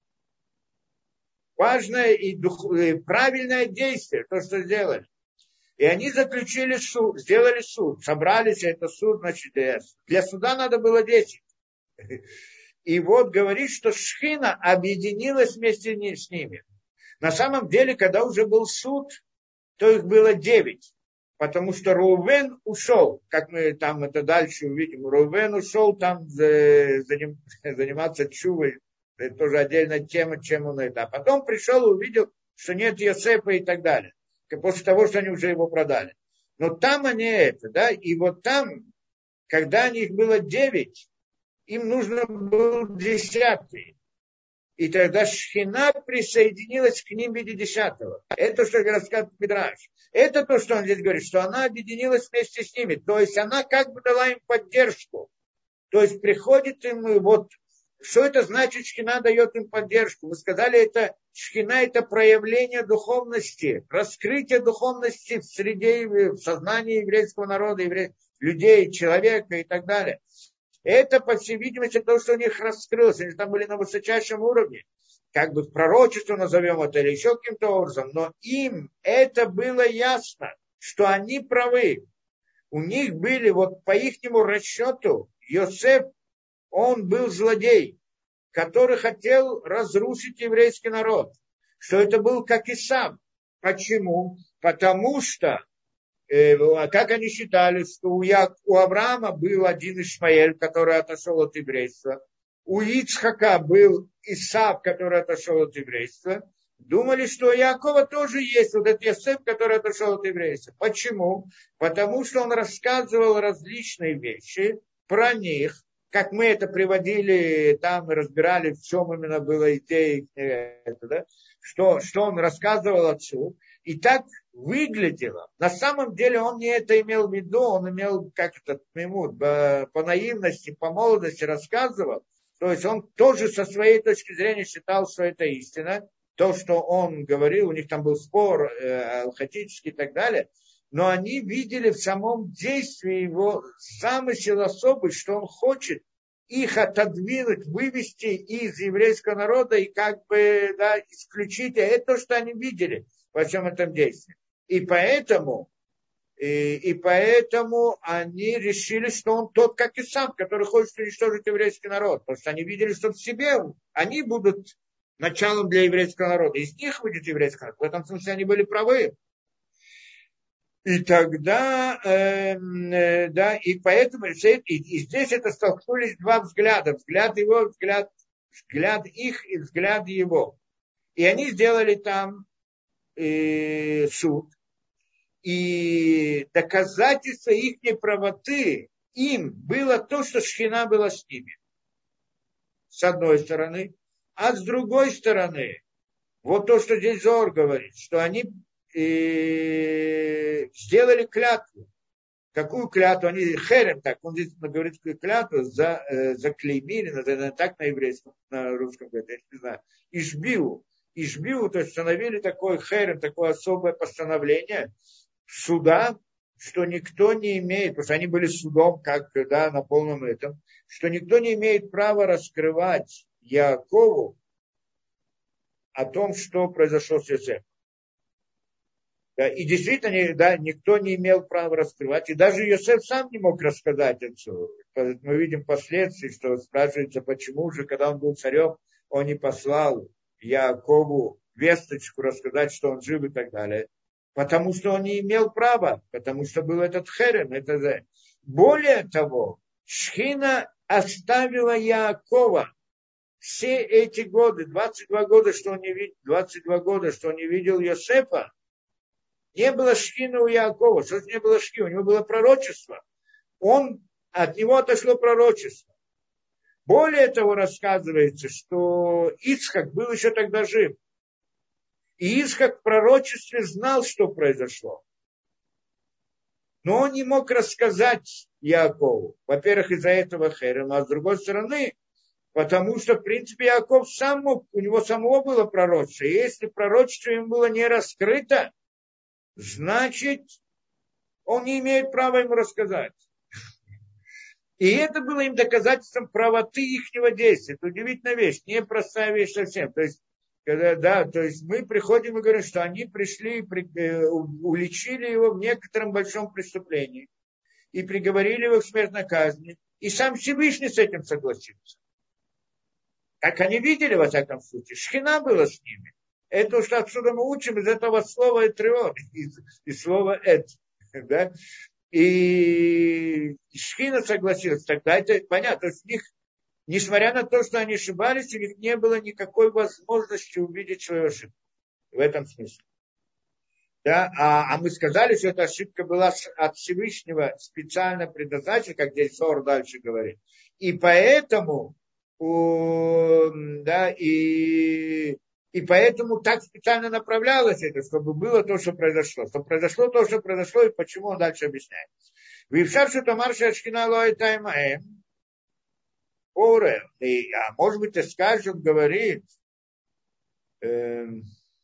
важное и дух, э, правильное действие, то, что сделали. И они заключили суд, сделали суд, собрались, это суд, значит, для суда надо было десять. И вот говорит, что Шхина объединилась вместе с ними. На самом деле, когда уже был суд, то их было девять. Потому что Рувен ушел, как мы там это дальше увидим. Рувен ушел там заниматься чувой. Это тоже отдельная тема, чем он это. А потом пришел и увидел, что нет Йосефа и так далее. После того, что они уже его продали. Но там они это, да. И вот там, когда их было девять, им нужно было десятый. И тогда Шхина присоединилась к ним в виде десятого. Это что рассказывает Мидраш. Это то, что он здесь говорит, что она объединилась вместе с ними. То есть она как бы дала им поддержку. То есть приходит им, вот, что это значит, Шхина дает им поддержку? Мы сказали, это Шхина, это проявление духовности, раскрытие духовности в среде, в сознании еврейского народа, евре... людей, человека и так далее. Это, по всей видимости, то, что у них раскрылось. Они там были на высочайшем уровне. Как бы пророчество назовем это или еще каким-то образом. Но им это было ясно, что они правы. У них были, вот по ихнему расчету, Йосеф, он был злодей, который хотел разрушить еврейский народ. Что это был как Исав. Почему? Потому что как они считали, что у, Я, у Авраама был один Ишмаэль, который отошел от еврейства, у Ицхака был Исав, который отошел от еврейства, думали, что у Якова тоже есть вот этот Йосеф, который отошел от еврейства. Почему? Потому что он рассказывал различные вещи про них, как мы это приводили там и разбирали, в чем именно была идея, это, да? что, что он рассказывал отцу. И так выглядело. На самом деле он не это имел в виду, он имел как-то ему по наивности, по молодости рассказывал. То есть он тоже со своей точки зрения считал, что это истина. То, что он говорил, у них там был спор э, алхатический и так далее. Но они видели в самом действии его замысел особый, что он хочет их отодвинуть, вывести из еврейского народа и как бы да, исключить. Это то, что они видели во всем этом действии. И поэтому, и, и поэтому они решили, что он тот, как и сам, который хочет уничтожить еврейский народ. Потому что они видели, что в себе они будут началом для еврейского народа. Из них выйдет еврейский народ. В этом смысле они были правы. И тогда, э, э, да, и поэтому, и, и здесь это столкнулись два взгляда. Взгляд его, взгляд, взгляд их и взгляд его. И они сделали там э, суд. И доказательство их правоты им было то, что Шхина была с ними. С одной стороны. А с другой стороны, вот то, что здесь Зоар говорит, что они и сделали клятву. Какую клятву? Они херем, так, он здесь говорит клятву, за, э, заклеймили, наверное, так на еврейском, на русском говорит, я не знаю, Ишбиу. Ишбиу, то есть установили такой херем, такое особое постановление суда, что никто не имеет, потому что они были судом, как да, на полном этом, что никто не имеет права раскрывать Яакову о том, что произошло с Йосефом. Да, и действительно, да, никто не имел права раскрывать. И даже Йосеф сам не мог рассказать отцу. Мы видим последствия, что спрашивается, почему же, когда он был царем, он не послал Яакову весточку рассказать, что он жив и так далее. Потому что он не имел права, потому что был этот херем. Это... Более того, Шхина оставила Яакова все эти годы, двадцать два года, что он не видел, двадцать два года, что он не видел Йосефа. Не было Шхины у Яакова. Что не было Шхины? У него было пророчество. Он, от него отошло пророчество. Более того, рассказывается, что Ицхак был еще тогда жив. И Ицхак в пророчестве знал, что произошло. Но он не мог рассказать Яакову. Во-первых, из-за этого херема, а с другой стороны, потому что, в принципе, Яаков сам мог, у него самого было пророчество. И если пророчество ему было не раскрыто, значит, он не имеет права ему рассказать. И это было им доказательством правоты ихнего действия. Это удивительная вещь, непростая вещь совсем. То есть, когда, да, то есть мы приходим и говорим, что они пришли, при, уличили его в некотором большом преступлении и приговорили его к смертной казни. И сам Всевышний с этим согласился. Как они видели, во всяком случае, Шхина была с ними. Это что отсюда мы учим из этого слова «этрион», из, из слова «эт». Да? И Шхина согласилась. Тогда это понятно. То есть у них, несмотря на то, что они ошибались, у них не было никакой возможности увидеть свою ошибку. В этом смысле. Да? А, а мы сказали, что эта ошибка была от Всевышнего специально предназначена, как здесь Зоар дальше говорит. И поэтому у, да, и, и поэтому так специально направлялось это, чтобы было то, что произошло. Чтобы произошло то, что произошло, и почему он дальше объясняет. Вившаршу тамарша ашкина лоэ таймаэм. Оре. И, а может быть, ты скажешь, он говорит, эм,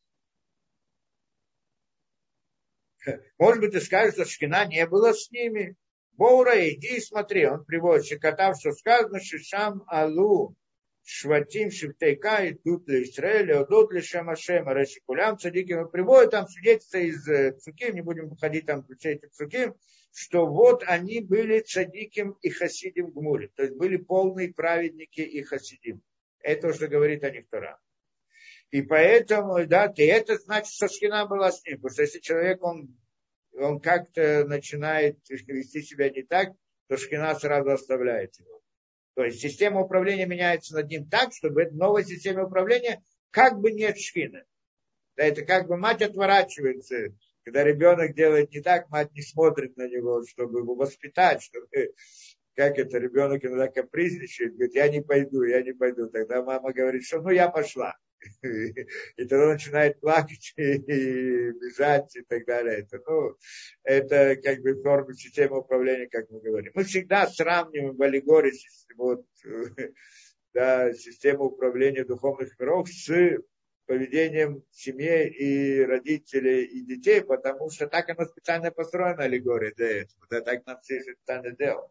может быть, ты скажешь, что шкина не было с ними. Боура, иди и смотри. Он приводит Шикатав, что сказано, Шишам Алу, Шватим Шифтейка, и тут для Израиля, Одот ли Шамашема, Решикулям, Цадиким. Он приводит там свидетельства из Псуким, не будем выходить там в все эти Псуким, что вот они были Цадиким и Хасидим Гмури. То есть были полные праведники и Хасидим. Это уже говорит о них Тора. И поэтому, да, и это значит, что шкина была с ним. Потому что если человек, он, он как-то начинает вести себя не так, то шкина сразу оставляет его. То есть система управления меняется над ним так, чтобы в новой системе управления как бы нет шкины. Да, это как бы мать отворачивается. Когда ребенок делает не так, мать не смотрит на него, чтобы его воспитать, чтобы... Как это, ребенок иногда капризничает, говорит, я не пойду, я не пойду. Тогда мама говорит, что ну я пошла. И тогда начинает плакать и бежать и так далее. Это, ну, это как бы форма системы управления, как мы говорим. Мы всегда сравниваем в аллегории вот, да, систему управления духовных миров с поведением семьи и родителей и детей, потому что так оно специально построено, аллегория для этого. Да, так нам все специально делают.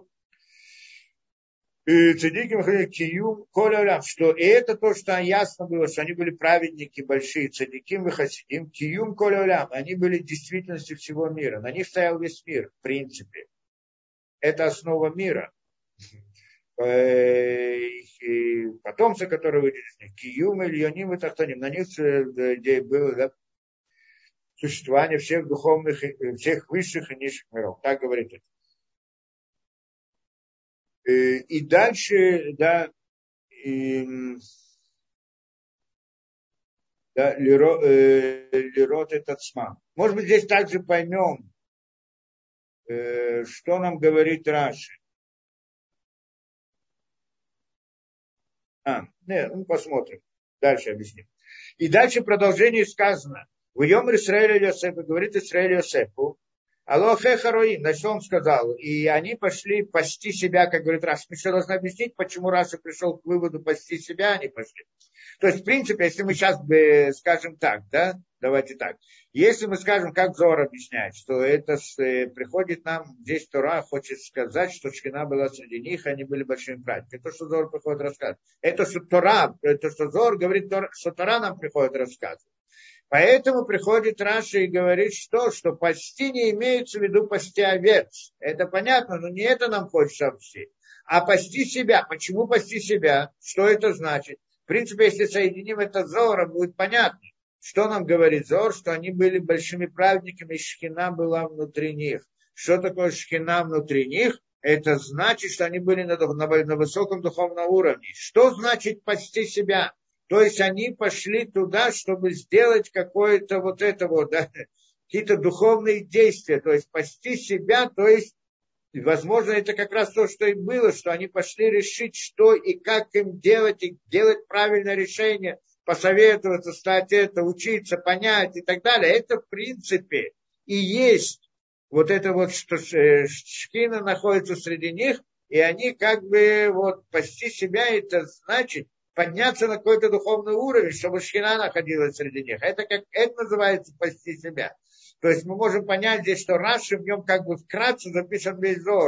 Цадиким киюм колялям, что и это то, что ясно было, что они были праведники большие, цадиким и хасидим, киюм колялям, они были действительностью всего мира, на них стоял весь мир, в принципе. Это основа мира. И потомцы, которые выйдут из них, киюм, ильоним и тахтоним, на них где было, да, существование всех духовных, всех высших и низших миров. Так говорит это. И дальше, да, и, да, лирот этот сма. Может быть, здесь также поймем, э, что нам говорит Раши. А, нет, ну посмотрим. Дальше объясним. И дальше продолжение сказано. В Йом Исраэль Йосефу, говорит Исраэль Йосефу, Алохе Хароим, на что он сказал? И они пошли пасти себя, как говорит Раши. Мы еще должны объяснить, почему Раши пришел к выводу пасти себя, они пошли. То есть, в принципе, если мы сейчас скажем так, да, давайте так. Если мы скажем, как Зор объясняет, что это приходит нам, здесь Тора хочет сказать, что шкина была среди них, они были большими праведниками. Это, что Зор приходит рассказывать. Это, что Тора, это, что Зор говорит, что Тора нам приходит рассказывать. Поэтому приходит Раши и говорит, что, что пасти не имеется в виду пасти овец. Это понятно, но не это нам хочется объяснить. А пасти себя. Почему пасти себя? Что это значит? В принципе, если соединим это с Зором, будет понятно. Что нам говорит Зор? Что они были большими праведниками, и шхина была внутри них. Что такое шхина внутри них? Это значит, что они были на, на, на высоком духовном уровне. Что значит пасти себя? То есть они пошли туда, чтобы сделать какое-то вот это вот, да, какие-то духовные действия, то есть спасти себя, то есть, возможно, это как раз то, что и было, что они пошли решить, что и как им делать, и делать правильное решение, посоветоваться, стать это, учиться, понять и так далее. Это, в принципе, и есть вот это вот, что шхина находится среди них, и они как бы вот спасти себя, это значит, подняться на какой-то духовный уровень, чтобы шхина находилась среди них. Это, как, это называется спасти себя. То есть мы можем понять здесь, что Раши в нем как бы вкратце записан весь Зор.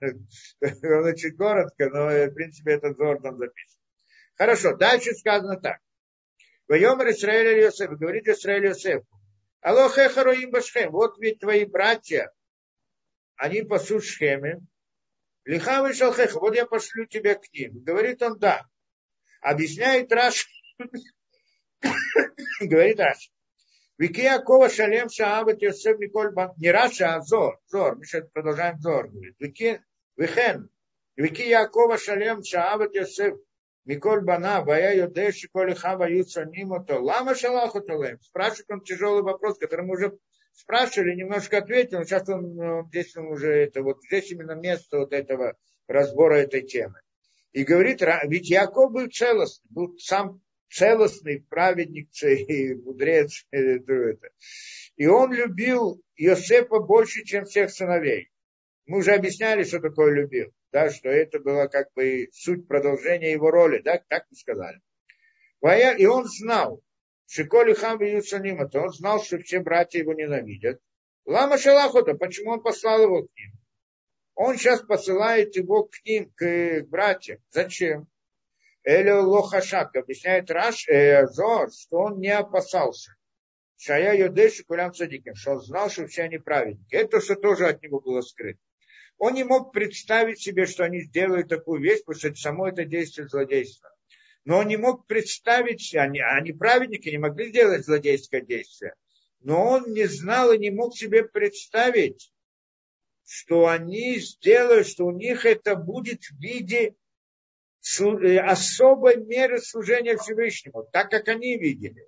Он очень коротко, но в принципе этот Зор там записан. Хорошо, дальше сказано так. Вайомер Исраэль Йосеф, говорит Исраэль Йосефу. Алохе хароим башхем, вот ведь твои братья, они пасут Шхеме. Лихавы шалхеха, вот я пошлю тебя к ним. Говорит он, да. Объясняет Раши, говорит Раши. Вики Якова Шалем Шаавет Йосеф Миколь Бан. Не Раша, а Зор. Зор. Мы сейчас продолжаем Зор. Говорит. Вики Вихен. Вики Якова Шалем Шаавет Йосеф Миколь Бана. Вая Йодеши Коли Хава Юца Нимото. Лама Шалаху Толем. Спрашивает он тяжелый вопрос, который мы уже спрашивали, немножко ответил. Сейчас он, здесь он уже, это вот здесь именно место вот этого разбора этой темы. И говорит, ведь Яков был целостный, был сам целостный праведник и мудрец. И он любил Иосифа больше, чем всех сыновей. Мы уже объясняли, что такое любил, да, что это была как бы суть продолжения его роли, да, так мы сказали. И он знал, Шиколи Хам и Юцанима, он знал, что все братья его ненавидят. Лама Шалахота, почему он послал его к ним? Он сейчас посылает его к ним, к, к братьям. Зачем? Элео Лохашак объясняет Раш, э, Зор, что он не опасался. Шая Йодеши Кулям Цадиким, что он знал, что все они праведники. Это что тоже от него было скрыто. Он не мог представить себе, что они сделают такую вещь, потому что само это действие злодейства. Но он не мог представить, они, они праведники, не могли сделать злодейское действие. Но он не знал и не мог себе представить, что они сделают, что у них это будет в виде особой меры служения Всевышнему, так как они видели.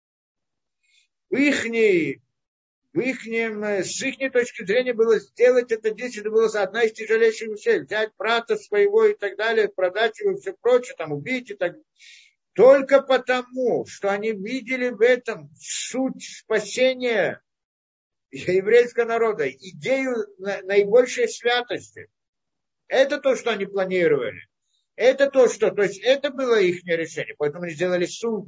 В их, в их, с их точки зрения было сделать это действие, это была одна из тяжелейших вещей. Взять брата своего и так далее, продать его и все прочее, там, убить и так далее. Только потому, что они видели в этом суть спасения еврейского народа, идею наибольшей святости. Это то, что они планировали. Это то, что, то есть это было их решение. Поэтому они сделали суд.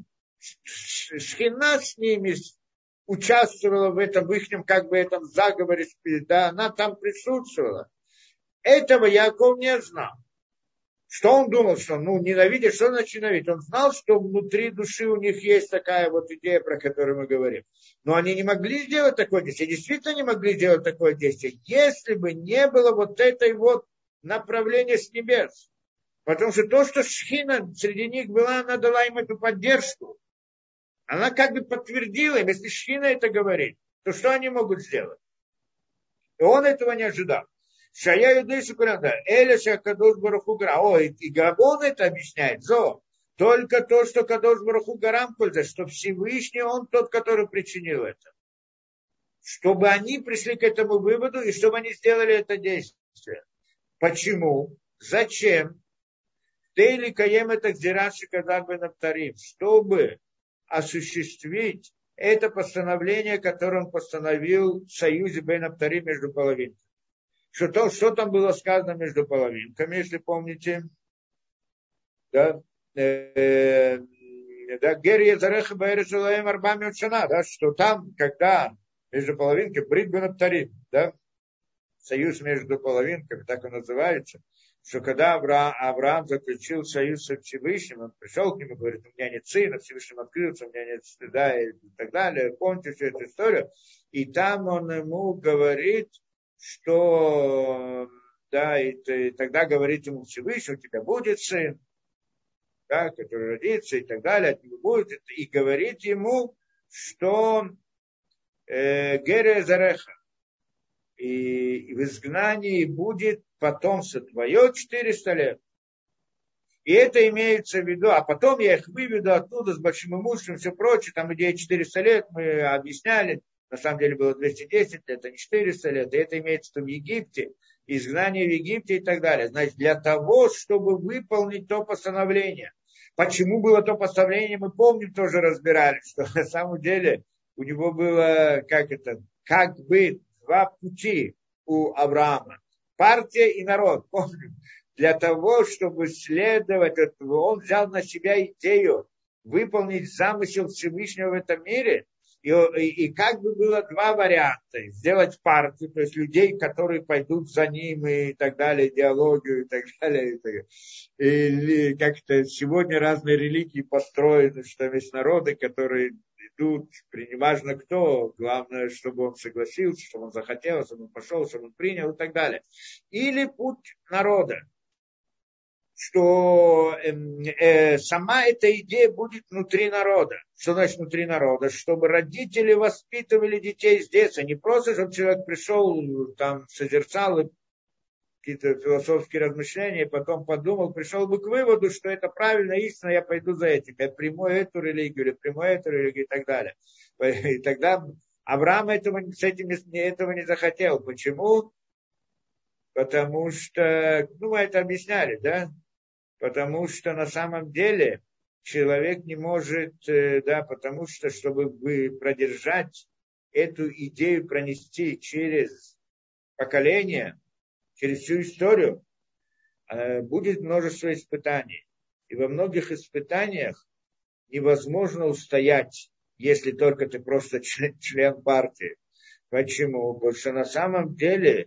Шхина с ними участвовала в этом, в их, как бы, этом заговоре, да, она там присутствовала. Этого Яков не знал. Что он думал, что, ну, ненавидит, что значит ненавидеть? Он знал, что внутри души у них есть такая вот идея, про которую мы говорим. Но они не могли сделать такое действие. Действительно не могли сделать такое действие, если бы не было вот этой вот направления с небес. Потому что то, что Шхина среди них была, она дала им эту поддержку. Она как бы подтвердила им, если Шхина это говорит, то что они могут сделать? И он этого не ожидал. Шая Юдышу Куранда, Эля Шакадош Бараху Гара. О, и Габон это объясняет, Зо. Только то, что Кадош Бараху Гарам пользуется, что Всевышний, он тот, который причинил это. Чтобы они пришли к этому выводу, и чтобы они сделали это действие. Почему? Зачем? Тейли Каем это Гзираши Кадарбе Наптарим. Чтобы осуществить это постановление, которое он постановил в союзе Бен Аптарим между половинками. Что, то, что там было сказано между половинками, если помните, да, э, да, Герия Зареха Баэрисулаем Арбами Учана, да, что там, когда между половинками, Брит Бен Аптарим, да, союз между половинками, так он называется, что когда Авраам, Авраам заключил союз со Всевышним, он пришел к нему и говорит, у меня нет сына, Всевышним открылся, у меня нет стыда и так далее. Помните всю эту историю? И там он ему говорит, что, да, и, и тогда говорит ему Всевышний, у тебя будет сын, да, который родится и так далее, от него будет, и говорит ему, что э, Герия Зареха, и в изгнании будет потомство твое четыреста лет. И это имеется в виду, а потом я их выведу оттуда с большим имуществом, все прочее, там идея четыреста лет, мы объясняли, на самом деле было двести десять лет, а не четыреста лет, и это имеется в виду в Египте, изгнание в Египте и так далее. Значит, для того, чтобы выполнить то постановление. Почему было то постановление, мы помним, тоже разбирали, что на самом деле у него было, как это, как бы два пути у Авраама. Партия и народ, помню, для того, чтобы следовать, он взял на себя идею выполнить замысел Всевышнего в этом мире, и, и, и как бы было два варианта. Сделать партию, то есть людей, которые пойдут за ним и так далее, идеологию и так далее. И так далее. Или как-то сегодня разные религии построены, что там есть народы, которые идут, неважно кто, главное, чтобы он согласился, чтобы он захотел, чтобы он пошел, чтобы он принял и так далее. Или путь народа, что э, э, сама эта идея будет внутри народа. Что значит внутри народа? Чтобы родители воспитывали детей с детства. Не просто, чтобы человек пришел, там, созерцал какие-то философские размышления, и потом подумал, пришел бы к выводу, что это правильно, истинно, я пойду за этим. Я приму эту религию, или приму эту религию и так далее. И тогда Авраам этого, с этим, этого не захотел. Почему? Потому что, ну, мы это объясняли, да? потому что на самом деле человек не может, да, потому что, чтобы продержать эту идею, пронести через поколение, через всю историю, будет множество испытаний. И во многих испытаниях невозможно устоять, если только ты просто член, член партии. Почему? Потому что на самом деле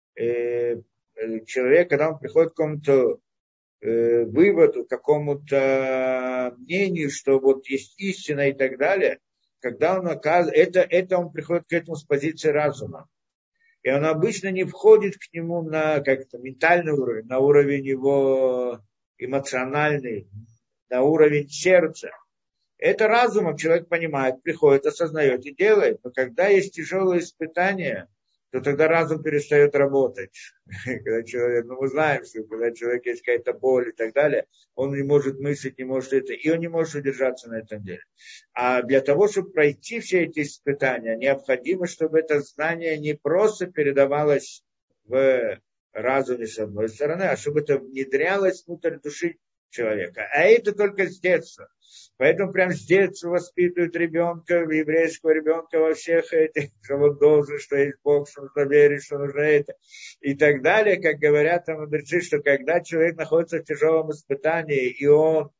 э, человек, когда он приходит к какому-то э, выводу, к какому-то мнению, что вот есть истина и так далее, когда он оказывает, это, это он приходит к этому с позиции разума. И он обычно не входит к нему на как-то ментальный уровень, на уровень его эмоциональный, на уровень сердца. Это разумом человек понимает, приходит, осознает и делает. Но когда есть тяжелые испытания, то тогда разум перестает работать. Когда человек, ну мы знаем, что когда человек есть какая-то боль и так далее, он не может мыслить, не может это, и он не может удержаться на этом деле. А для того, чтобы пройти все эти испытания, необходимо, чтобы это знание не просто передавалось в разуме с одной стороны, а чтобы это внедрялось внутрь души человека. А это только с детства. Поэтому прям с детства воспитывают ребенка, еврейского ребенка во всех этих, что он должен, что есть Бог, что нужно верить, что нужно это. И так далее, как говорят там мудрецы, что когда человек находится в тяжелом испытании, и он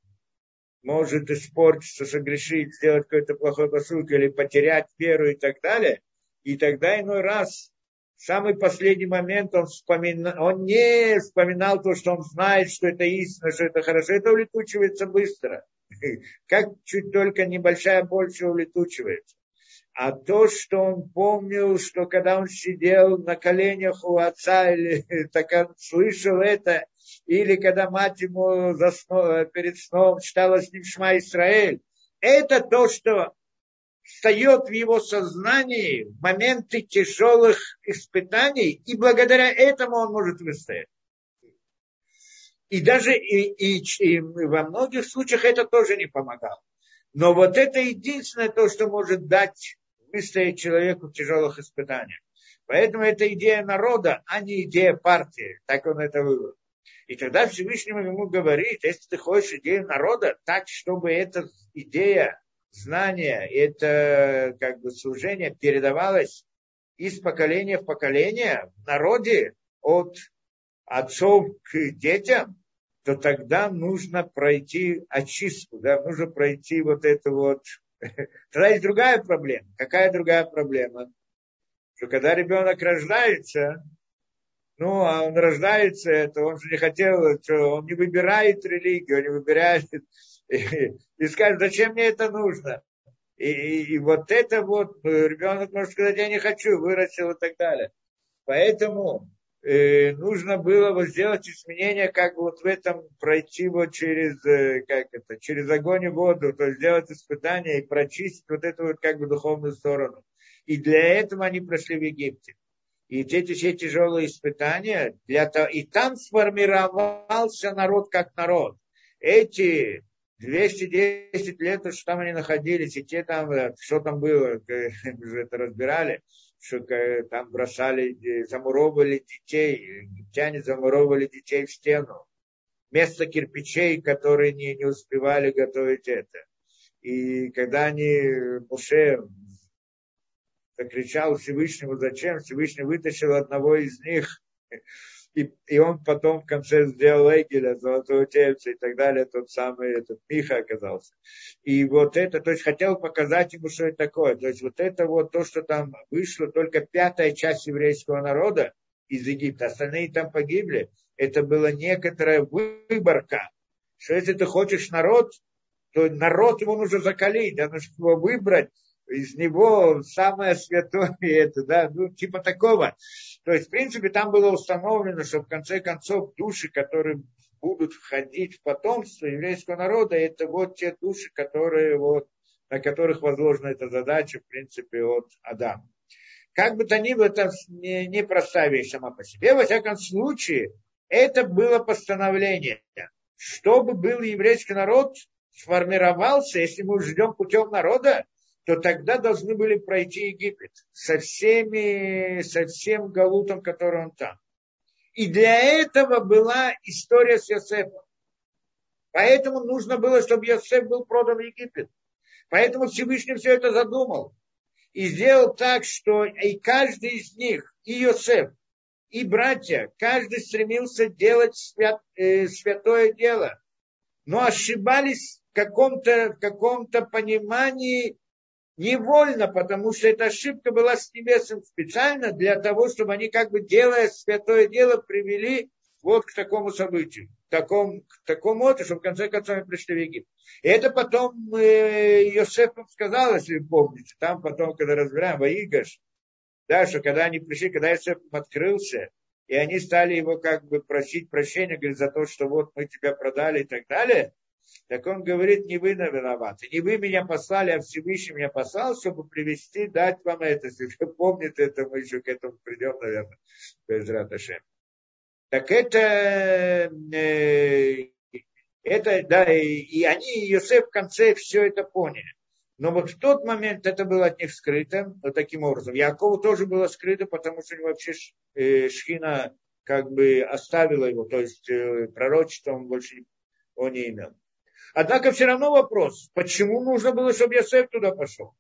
может испортиться, согрешить, сделать какой-то плохой поступок или потерять веру и так далее, и тогда иной раз в самый последний момент он, вспоминал, он не вспоминал то, что он знает, что это истина, что это хорошо, это улетучивается быстро. Как чуть только небольшая боль все улетучивается. А то, что он помнил, что когда он сидел на коленях у отца, или так он слышал это, или когда мать ему засну, перед сном читала с ним Шма Исраэль, это то, что встает в его сознании в моменты тяжелых испытаний, и благодаря этому он может выстоять. И даже и, и, и во многих случаях это тоже не помогало. Но вот это единственное то, что может дать выстоять человеку в тяжелых испытаниях. Поэтому это идея народа, а не идея партии. Так он это вывел. И тогда Всевышний ему говорит, если ты хочешь идею народа, так, чтобы эта идея знания, это как бы служение передавалось из поколения в поколение в народе от отцов к детям, то тогда нужно пройти очистку, да, нужно пройти вот это вот. Тогда есть другая проблема. Какая другая проблема? Что когда ребенок рождается, ну, а он рождается, это он же не хотел, что он не выбирает религию, он не выбирает, и, и скажет, зачем мне это нужно? И, и, и вот это вот, ребенок может сказать, я не хочу, вырастил и так далее. Поэтому э, нужно было вот сделать изменения, как бы вот в этом пройти вот через, э, как это, через огонь и воду, то есть сделать испытания и прочистить вот эту вот как бы духовную сторону. И для этого они прошли в Египте. И эти все тяжелые испытания, для того, и там сформировался народ как народ. Эти двести десять лет, что там они находились, и те там, что там было, мы же это разбирали, что там бросали, замуровывали детей, египтяне замуровывали детей в стену. Вместо кирпичей, которые не, не успевали готовить это. И когда они, Моше закричал Всевышнему, зачем, Всевышний вытащил одного из них, и, и он потом в конце сделал Эгеля, золотого тельца и так далее, тот самый этот Миха оказался. И вот это, то есть хотел показать ему, что это такое. То есть вот это вот то, что там вышло, только пятая часть еврейского народа из Египта, остальные там погибли, это была некоторая выборка, что если ты хочешь народ, то народ его нужно закалить, да, нужно его выбрать, из него самое святое, это, да, ну, типа такого. То есть, в принципе, там было установлено, что в конце концов души, которые будут входить в потомство еврейского народа, это вот те души, которые, вот, на которых возложена эта задача, в принципе, от Адама. Как бы то ни было, это не, не простая вещь сама по себе. Во всяком случае, это было постановление. Чтобы был еврейский народ, сформировался, если мы ждем путем народа, то тогда должны были пройти Египет со всеми, со всем галутом, который он там. И для этого была история с Йосефом. Поэтому нужно было, чтобы Йосеф был продан в Египет. Поэтому Всевышний все это задумал. И сделал так, что и каждый из них, и Йосеф, и братья, каждый стремился делать свят, э, святое дело. Но ошибались в каком-то, в каком-то понимании невольно, потому что эта ошибка была с небесом специально для того, чтобы они, как бы делая святое дело, привели вот к такому событию, к такому, к такому оту, что в конце концов они пришли в Египет. И это потом э, Йосеф сказал, если вы помните, там потом, когда разбираем Ваигаш, да, что когда они пришли, когда Йосеф открылся, и они стали его как бы просить прощения, говорит, за то, что вот мы тебя продали и так далее, так он говорит, не вы виноваты, не вы меня послали, а Всевышний меня послал, чтобы привести, дать вам это. Если вы помните это, мы еще к этому придем, наверное, без Раташем. Так это, э, это да, и, и они, и Йосеф в конце все это поняли. Но вот в тот момент это было от них скрыто, вот таким образом. Якову тоже было скрыто, потому что вообще э, Шхина как бы оставила его, то есть э, пророчество он больше он не имел. Однако все равно вопрос, почему нужно было, чтобы Йосеф туда пошел?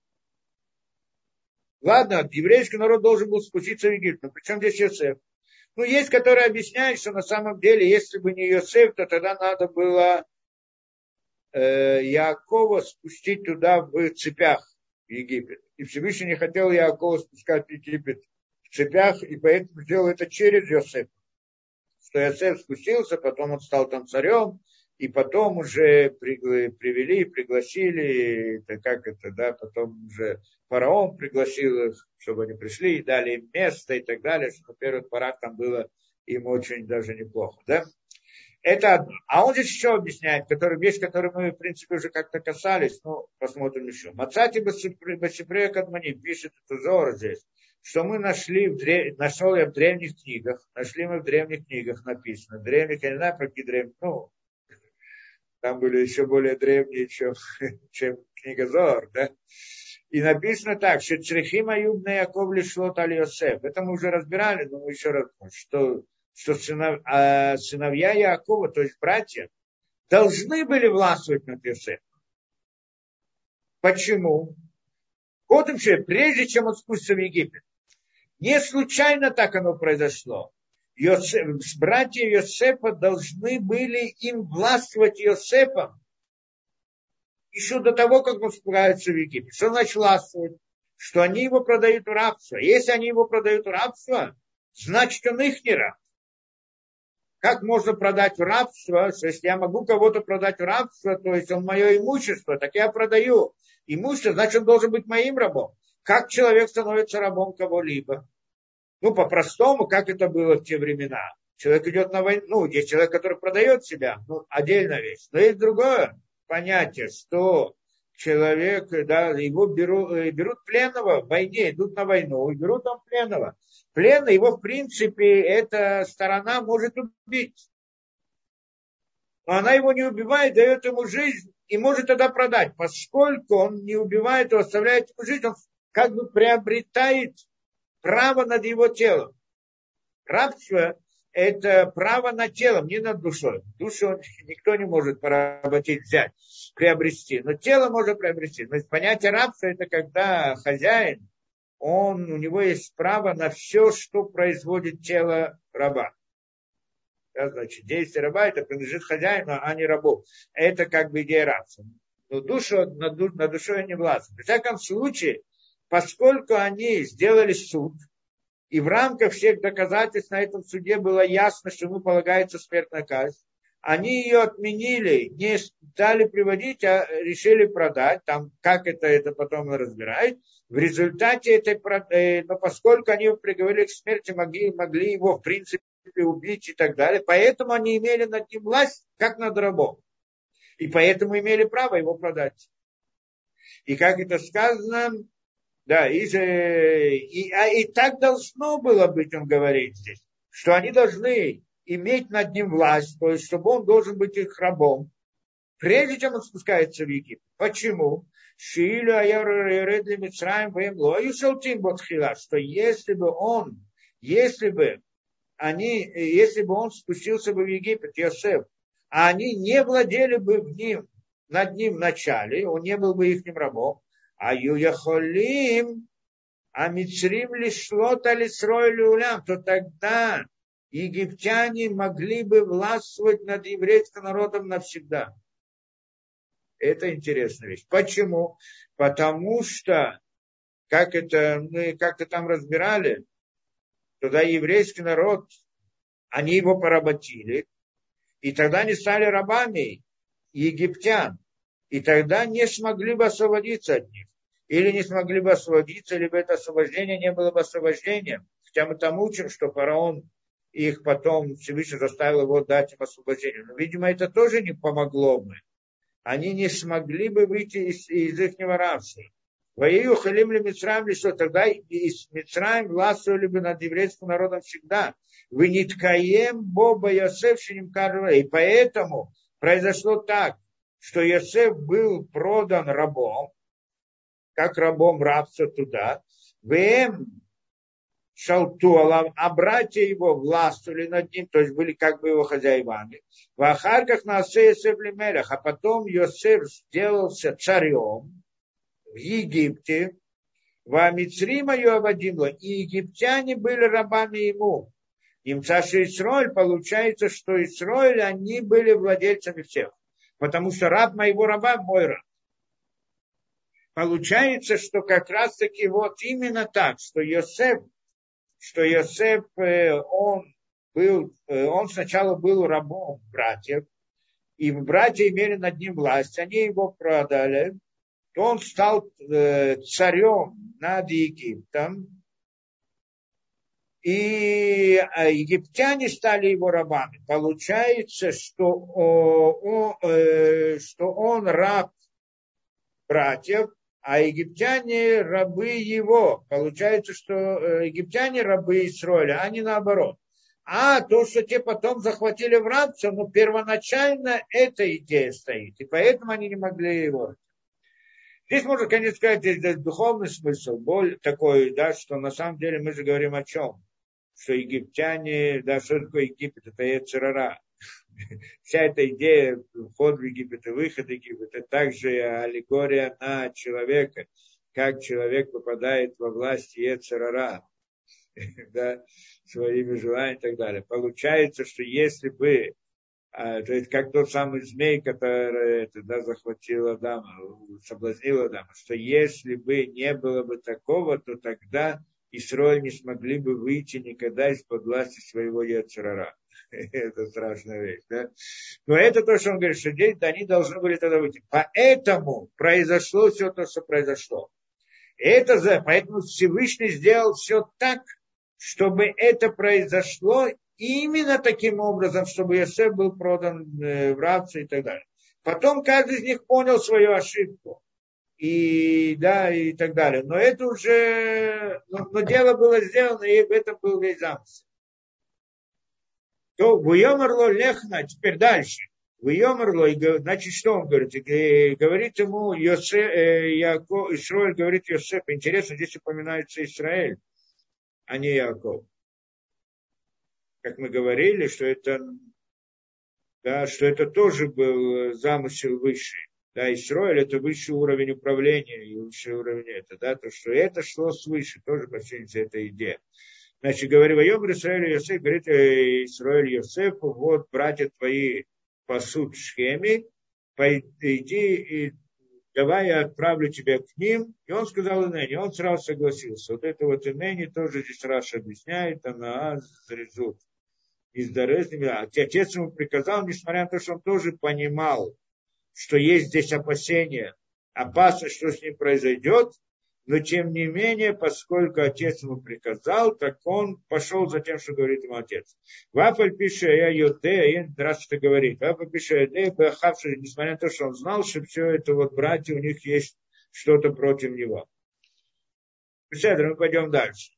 Ладно, еврейский народ должен был спуститься в Египет, но при чем здесь Йосеф? Ну, есть, которые объясняют, что на самом деле, если бы не Йосеф, то тогда надо было э, Яакова спустить туда в цепях в Египет. И Всевышний не хотел Яакова спускать в Египет в цепях, и поэтому сделал это через Йосефа. Что Йосеф спустился, потом он стал там царем, и потом уже привели, пригласили, это как это, да, потом уже фараон пригласил их, чтобы они пришли и дали им место и так далее, что на первых порах там было им очень даже неплохо, да. Это одно. А он здесь еще объясняет, который, вещь, которую мы, в принципе, уже как-то касались, ну, посмотрим еще. Мацати Басипрея Кадмани пишет это Зора здесь, что мы нашли, в древ... нашел я в древних книгах, нашли мы в древних книгах написано, древних, я не знаю, про какие древние, ну, там были еще более древние, чем, чем книга Зоар, да? И написано так, что Црехима Юбна Яков лишлот аль Йосеф. Это мы уже разбирали, но мы еще раз, что, что сынов, а, сыновья Якова, то есть братья, должны были властвовать над Йосефом. Почему? Вот вообще, прежде чем он спустился в Египет. Не случайно так оно произошло. Йосеф, братья Йосефа должны были им властвовать Йосефом еще до того, как он спускается в Египет. Что значит властвовать? Что они его продают в рабство. Если они его продают в рабство, значит он их не раб. Как можно продать в рабство? Если я могу кого-то продать в рабство, то есть он мое имущество, так я продаю имущество, значит он должен быть моим рабом. Как человек становится рабом кого-либо? Ну, по-простому, как это было в те времена. Человек идет на войну, ну, есть человек, который продает себя, ну, отдельная вещь. Но есть другое понятие, что человек, да, его берут, берут пленного в войне, идут на войну, и берут там пленного. Пленный его, в принципе, эта сторона может убить. Но она его не убивает, дает ему жизнь и может тогда продать. Поскольку он не убивает, то оставляет ему жизнь, он как бы приобретает право над его телом. Рабство – это право над телом, не над душой. Душу никто не может поработить, взять, приобрести. Но тело может приобрести. То есть понятие рабства – это когда хозяин, он, у него есть право на все, что производит тело раба. Да, значит, действие раба – это принадлежит хозяину, а не рабу. Это как бы идея рабства. Но душу, над, над душой не властны. В всяком случае, поскольку они сделали суд, и в рамках всех доказательств на этом суде было ясно, что ему полагается смертная казнь, они ее отменили, не стали приводить, а решили продать. Там, как это, это потом разбирают. В результате этой, но поскольку они его приговорили к смерти, могли, могли его в принципе убить и так далее, поэтому они имели над ним власть, как над рабом. И поэтому имели право его продать. И как это сказано, да, и, же, и, а, и так должно было быть, он говорит здесь, что они должны иметь над ним власть, то есть, чтобы он должен быть их рабом, прежде чем он спускается в Египет. Почему? Что если бы он, если бы они, если бы он спустился бы в Египет, Йосеф, а они не владели бы в ним, над ним в начале, он не был бы их рабом, а юяхолим, а мицрим лишлот алисрой улям, то тогда египтяне могли бы властвовать над еврейским народом навсегда. Это интересная вещь. Почему? Потому что, как это мы как-то там разбирали, тогда еврейский народ, они его поработили, и тогда они стали рабами египтян, и тогда не смогли бы освободиться от них. Или не смогли бы освободиться, либо это освобождение не было бы освобождением. Хотя мы там учим, что фараон их потом Всевышний заставил его дать им освобождение. Но, видимо, это тоже не помогло бы. Они не смогли бы выйти из, из их рабства. Воею халим ли Мицраим ли что, тогда из Мицраим властвовали бы над еврейским народом всегда. Вы не ткаем Боба Йосеф шиним карва. И поэтому произошло так, что Йосеф был продан рабом, как рабом рабства туда. Вем шалтуалам, а братья его властвовали над ним, то есть были как бы его хозяевами. В Ахарках на Йосеф лемелях, а потом Йосеф сделался царем в Египте. В Амицрима Йоавадимла, и египтяне были рабами ему. Им Цаши Исроэль, получается, что Исроэль, они были владельцами всех. Потому что раб моего раба мой раб. Получается, что как раз таки вот именно так, что Йосеф, что Йосеф, он был, он сначала был рабом братьев, и братья имели над ним власть, они его продали, то он стал царем над Египтом, и египтяне стали его рабами. Получается, что он, что он раб братьев, а египтяне рабы его. Получается, что египтяне рабы Исроэля, а не наоборот. А то, что те потом захватили в рабство, ну, первоначально эта идея стоит. И поэтому они не могли его. Здесь можно, конечно, сказать, здесь духовный смысл, более такой, да, что на самом деле мы же говорим о чем? Что египтяне, да, что такое Египет, это Йецер ара. Вся эта идея, вход в Египет и выход в Египет, это также аллегория на человека, как человек попадает во власть Йецер ара, да, своими желаниями и так далее. Получается, что если бы, а, то есть как тот самый змей, который это, да, захватил Адама, соблазнил Адама, что если бы не было бы такого, то тогда Исроэль не смогли бы выйти никогда из-под власти своего Йецер ара. Это страшная вещь, да? Но это то, что он говорит, что здесь они должны были тогда выйти. Поэтому произошло все то, что произошло. Это за, поэтому Всевышний сделал все так, чтобы это произошло именно таким образом, чтобы Йосеф был продан в рабство и так далее. Потом каждый из них понял свою ошибку. И, да, и так далее. Но это уже, но, но дело было сделано, и в этом был весь замысел. То Вуйомарло лехна, теперь дальше. Вуйомарло, значит, что он говорит? И говорит ему Йосеф, Яаков, Исраэль говорит Йосеф. Интересно, здесь упоминается Израиль, а не Яаков. Как мы говорили, что это, да, что это тоже был замысел высший. Да, Исраэль это высший уровень управления и высший уровень это, да, то, что это шло свыше, тоже почти эта идея. Значит, говорит, Вайомр Исраэль Йосеф, говорит Исраэль Йосефу, вот братья твои пасут в Шхеме, иди и давай я отправлю тебя к ним. И он сказал Инени, он сразу согласился. Вот это вот Инени тоже здесь Раша объясняет, она зарезут из Дорезни. Отец ему приказал, несмотря на то, что он тоже понимал, что есть здесь опасения, опасность, что с ним произойдет, но тем не менее, поскольку отец ему приказал, так он пошел за тем, что говорит ему отец. Вафаль пишет, я Йоде, раз что говорит, Вафаль пишет, несмотря на то, что он знал, что все это вот братья, у них есть что-то против него. Мы пойдем дальше.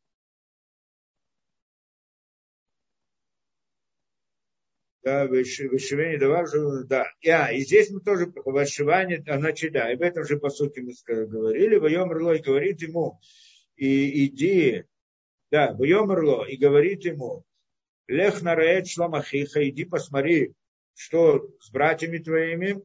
Да, вышивание давал же, да. А, и здесь мы тоже вышивание, значит, да, и в этом же по сути мы говорили, Вайом Рло и говорит ему, и иди, да, Вайом Рло и говорит ему, Лех нараэт шломахиха, иди посмотри, что с братьями твоими,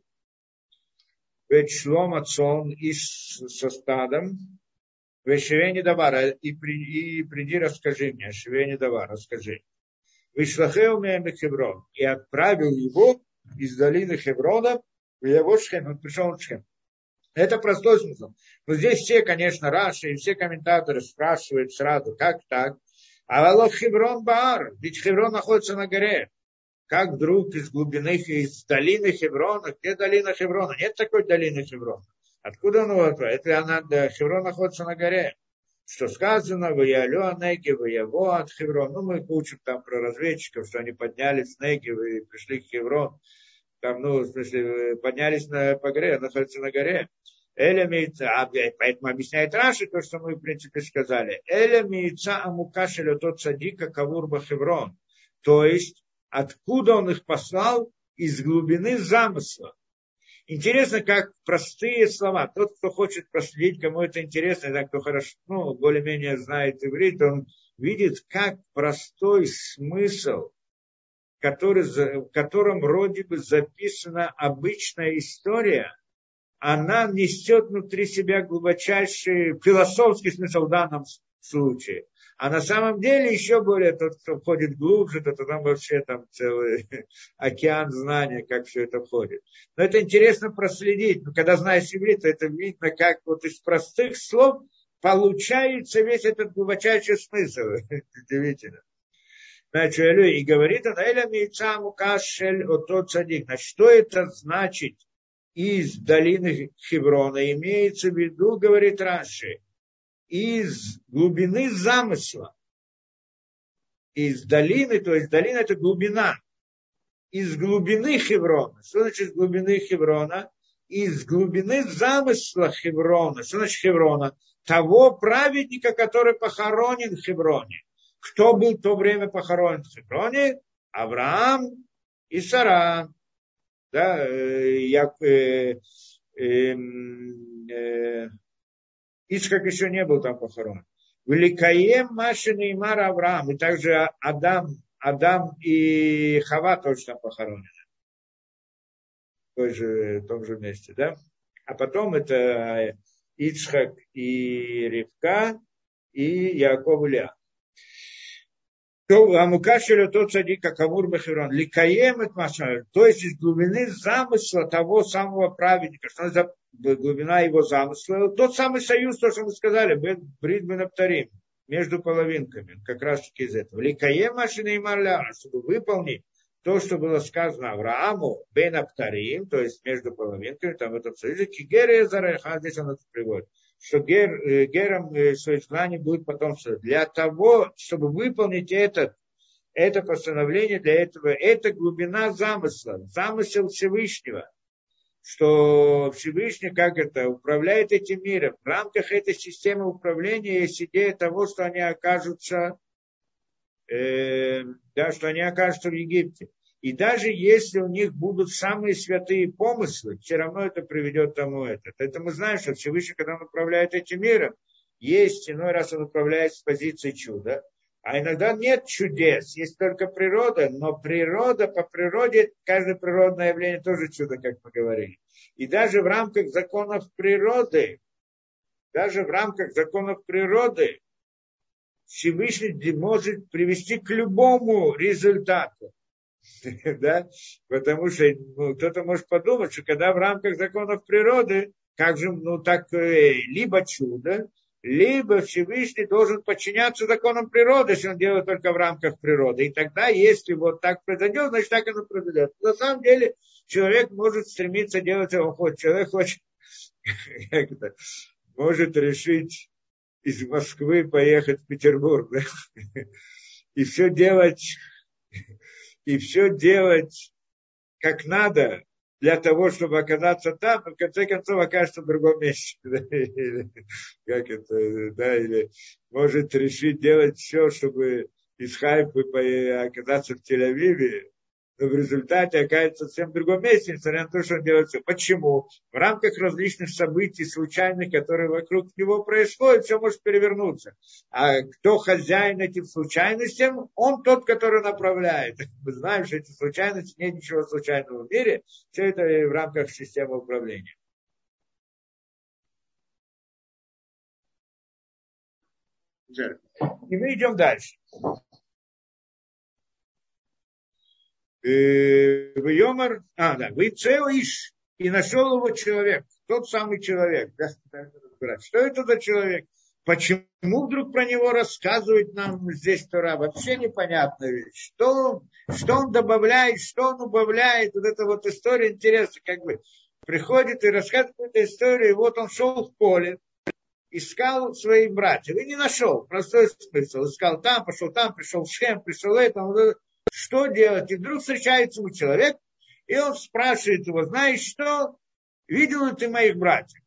ведь шлом отцом и со стадом, вешевени давара, и, при, и приди расскажи мне, шевени давара, расскажи. Вышлахеу меем Хеврон, и отправил его из долины Хеврона в его Шхем, он пришел в Шхем. Это простой смысл. Но здесь все, конечно, Раши и все комментаторы спрашивают сразу, как так? А Аллах Хеврон Баар, ведь Хеврон находится на горе. Как вдруг из глубины, из долины Хеврона, где долина Хеврона? Нет такой долины Хеврона. Откуда он вот? Это она, да, Хеврон находится на горе. Что сказано, в Ялё, Неги, в Яво от Хеврона. Ну, мы учим там про разведчиков, что они поднялись с Неги и пришли к Хеврон. Там, ну, в смысле, поднялись на, по горе, находится на горе. Эля мейца, а поэтому объясняет Раши то, что мы, в принципе, сказали. Эля мейца амукашелю тот садика кавурба Хеврон. То есть, откуда он их послал? Из глубины замысла. Интересно, как простые слова. Тот, кто хочет проследить, кому это интересно, так, кто хорошо, ну, более-менее знает иврит, он видит, как простой смысл, который, в котором вроде бы записана обычная история, она несет внутри себя глубочайший философский смысл в данном случае. А на самом деле еще более тот, кто входит глубже, то там вообще там целый океан знания, как все это входит. Но это интересно проследить. Но когда знаешь иврит, то это видно, как вот из простых слов получается весь этот глубочайший смысл. Удивительно. Значит, и говорит он, Эля мейца мукашель ото цадик. Значит, что это значит? Из долины Хеврона имеется в виду, говорит Раши, из глубины замысла, из долины, то есть долина это глубина, из глубины Хеврона. Что значит глубины Хеврона? Из глубины замысла Хеврона. Что значит Хеврона? Того праведника, который похоронен в Хевроне. Кто был в то время похоронен в Хевроне? Авраам и Сара. Да, я, э, э, э, Ицхак еще не был там похоронен. Великаем Машин и Имар Авраам. И также Адам, Адам и Хава тоже там похоронены. В, той же, в том же месте, да? А потом это Ицхак и Ривка и Яаков и Леа. Амукашелю тот садика камур бахирон. Ликаем это машаль. То есть из глубины замысла того самого праведника, что за глубина его замысла, тот самый союз, то, что мы сказали, брит бен аптарим, между половинками, как раз таки из этого. Ликаем машина и марля, чтобы выполнить то, что было сказано Аврааму бен аптарим, то есть между половинками, там в этом союзе, кигере зареха, здесь он это приводит. Что гер, гером свое изгнание будет потомство. Для того, чтобы выполнить этот, это постановление, для этого, это глубина замысла, замысел Всевышнего, что Всевышний, как это, управляет этим миром. В рамках этой системы управления есть идея того, что они окажутся, э, да, что они окажутся в Египте. И даже если у них будут самые святые помыслы, все равно это приведет к тому это. Это мы знаем, что Всевышний, когда он управляет этим миром, есть иной раз он управляет с позиции чуда, а иногда нет чудес, есть только природа, но природа по природе, каждое природное явление тоже чудо, как мы говорили. И даже в рамках законов природы, даже в рамках законов природы Всевышний может привести к любому результату. Да? Потому что ну, кто-то может подумать, что когда в рамках законов природы, как же, ну так, либо чудо, либо Всевышний должен подчиняться законам природы, если он делает только в рамках природы. И тогда, если вот так произойдет, значит так оно произойдет. На самом деле, человек может стремиться делать его хочет. Человек хочет, как это, может решить из Москвы поехать в Петербург, да? И все делать... и все делать как надо для того, чтобы оказаться там, но в конце концов окажется в другом месте. Как это, да, или может решить делать все, чтобы из Хайфы оказаться в Тель-Авиве, но в результате оказывается совсем в другом месте, несмотря на то, что он делает все. Почему? В рамках различных событий, случайных, которые вокруг него происходят, все может перевернуться. А кто хозяин этим случайностям? Он тот, который направляет. Мы знаем, что эти случайности, нет ничего случайного в мире, все это в рамках системы управления. И мы идем дальше. В Йомар, а, да, в Ицео Иш, и нашел его человек, тот самый человек. Да, что это за человек? Почему вдруг про него рассказывает нам здесь Тора? Вообще непонятная вещь. Что, что он добавляет, что он убавляет. Вот эта вот история интересная, как бы приходит и рассказывает эту историю, и вот он шел в поле, искал своих братьев, и не нашел. Простой смысл. Искал там, пошел там, пришел в Шхем, пришел это. Что делать? И вдруг встречается ему человек, и он спрашивает его, знаешь что, видел ли ты моих братьев?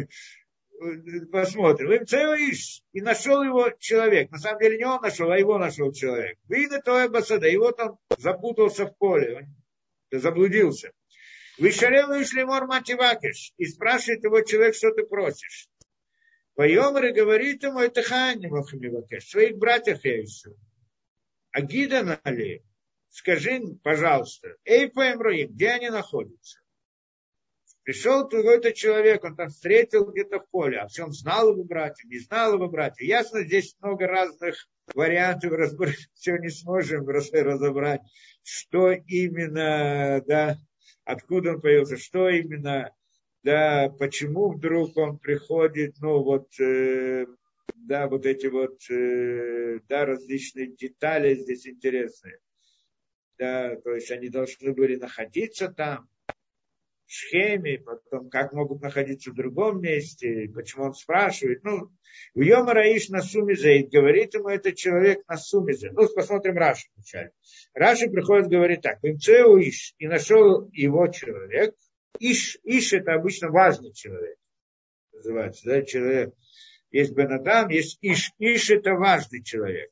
Посмотрим. И нашел его человек. На самом деле не он нашел, а его нашел человек. Видно твоя басада. И вот он запутался в поле, он заблудился. Вышарел вышли мор мативакиш. И спрашивает его человек, что ты просишь. Поемер и говорит ему, это хани махмивакиш. Своих братьев я ищу. А гида нали? Скажи, пожалуйста, эй, Паэмроим, где они находятся? Пришел какой-то человек, он там встретил где-то в поле, а все, он знал его братьев, не знал его братьев. Ясно, здесь много разных вариантов, разбирать, все не сможем разобрать, что именно, да, откуда он появился, что именно, да, почему вдруг он приходит, ну вот, э, да, вот эти вот, э, да, различные детали здесь интересные. Да, то есть они должны были находиться там, в Шхеме, потом как могут находиться в другом месте, почему он спрашивает. Ну, в Йома Раиш на Сумизе, и говорит ему этот человек на Сумизе. Ну, посмотрим Раши вначале. Раши приходит, говорит так, Имцеу Иш, и нашел его человек. Иш, Иш это обычно важный человек, называется, да, человек. Есть Бен-Адам, есть Иш. Иш это важный человек.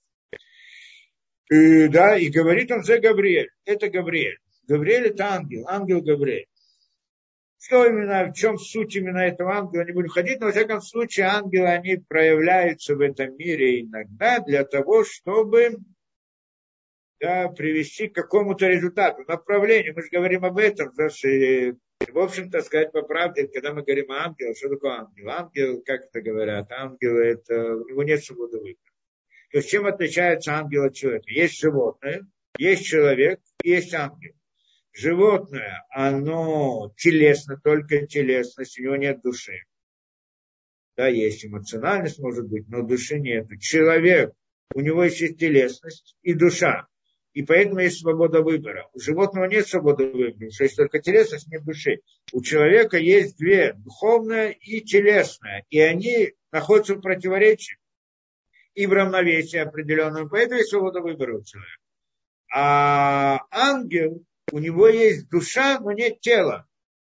И, да, и говорит он за Гавриэль. Это Гавриэль. Гавриэль это ангел, ангел Гавриэль. Что именно, в чем суть именно этого ангела, не будем ходить, но во всяком случае ангелы, они проявляются в этом мире иногда для того, чтобы, да, привести к какому-то результату, направлению. Мы же говорим об этом, да, что, в общем-то, сказать по правде, когда мы говорим о ангеле, что такое ангел? Ангел, как это говорят, ангел, это, у него нет свободы выбора. То есть чем отличается ангел от человека? Есть животное, есть человек, есть ангел. Животное, оно телесно, только телесность, у него нет души. Да, есть эмоциональность, может быть, но души нет. Человек, у него есть телесность и душа. И поэтому есть свобода выбора. У животного нет свободы выбора, потому что есть только телесность, нет души. У человека есть две, духовная и телесная. И они находятся в противоречии и в равновесии определенном. Поэтому есть свобода выбора у человека. А ангел, у него есть душа, но нет тела.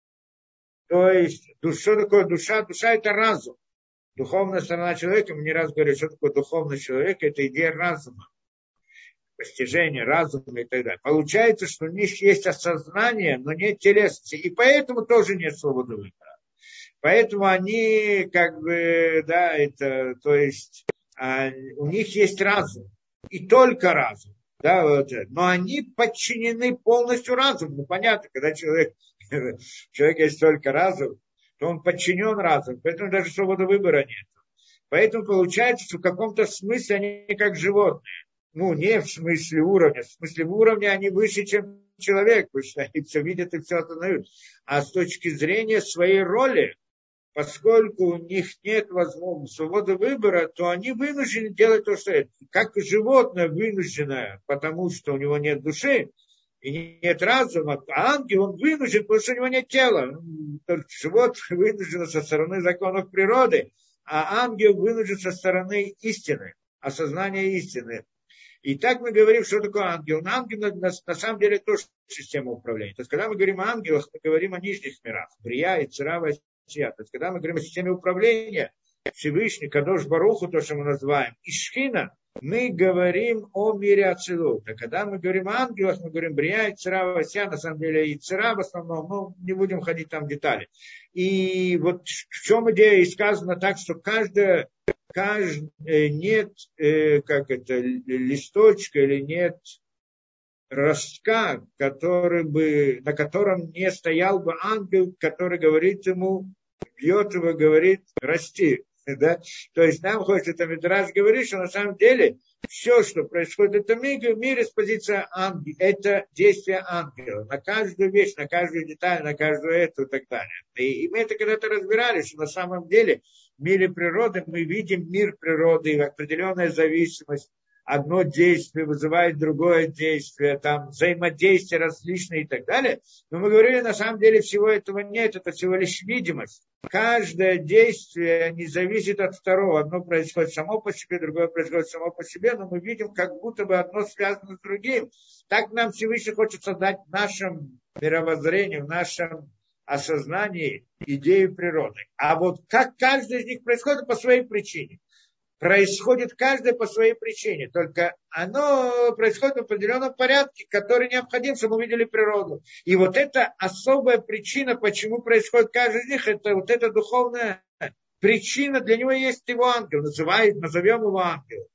То есть, что такое душа? Душа – это разум. Духовная сторона человека, мы не раз говорили, что такое духовный человек – это идея разума. Постижение разума и так далее. Получается, что у них есть осознание, но нет телесности. И поэтому тоже нет свободы выбора. Поэтому они, как бы, да, это, то есть, у них есть разум. И только разум. Да, вот, но они подчинены полностью разуму. Ну, понятно, когда человек, человек есть только разум, то он подчинен разуму. Поэтому даже свободы выбора нет. Поэтому получается, что в каком-то смысле они как животные. Ну, не в смысле уровня. В смысле уровня они выше, чем человек. Потому что они все видят и все осознают. А с точки зрения своей роли, поскольку у них нет возможности свободы выбора, то они вынуждены делать то, что это. Как животное вынуждено, потому что у него нет души и нет разума, а ангел он вынужден, потому что у него нет тела. Только животное вынуждено со стороны законов природы, а ангел вынужден со стороны истины, осознания истины. И так мы говорим, что такое ангел. Ангел на, на, на самом деле тоже система управления. То есть, когда мы говорим о ангелах, мы говорим о нижних мирах. Брия, Ицра, Васия. То есть, когда мы говорим о системе управления, Всевышний, Кадош Баруху, то, что мы называем, и Шхина, мы говорим о мире Ацилут. А когда мы говорим о ангелах, мы говорим Брия, Ицера, Вася, на самом деле Ицера в основном, ну, не будем ходить там в детали. И вот в чем идея, и сказано так, что каждая, каждая нет, э, как это, листочка или нет ростка, который бы, на котором не стоял бы ангел, который говорит ему, бьет его, говорит, расти. Да? То есть нам хочется Мидраш говорить, что на самом деле все, что происходит в этом мире, в мире с позиции ангела, это действие ангела. На каждую вещь, на каждую деталь, на каждую эту и так далее. И, и мы это когда-то разбирали, что на самом деле в мире природы мы видим мир природы, определенная зависимость. Одно действие вызывает другое действие, там взаимодействия различные и так далее. Но мы говорили, на самом деле всего этого нет, это всего лишь видимость. Каждое действие не зависит от второго. Одно происходит само по себе, другое происходит само по себе, но мы видим, как будто бы одно связано с другим. Так нам Всевышний хочет создать в нашем мировоззрении, в нашем осознании идею природы. А вот как каждый из них происходит по своей причине. Происходит каждое по своей причине, только оно происходит в определенном порядке, который необходим, чтобы мы увидели природу. И вот это особая причина, почему происходит каждый из них, это вот эта духовная причина, для него есть его ангел, называют, назовем его ангелом.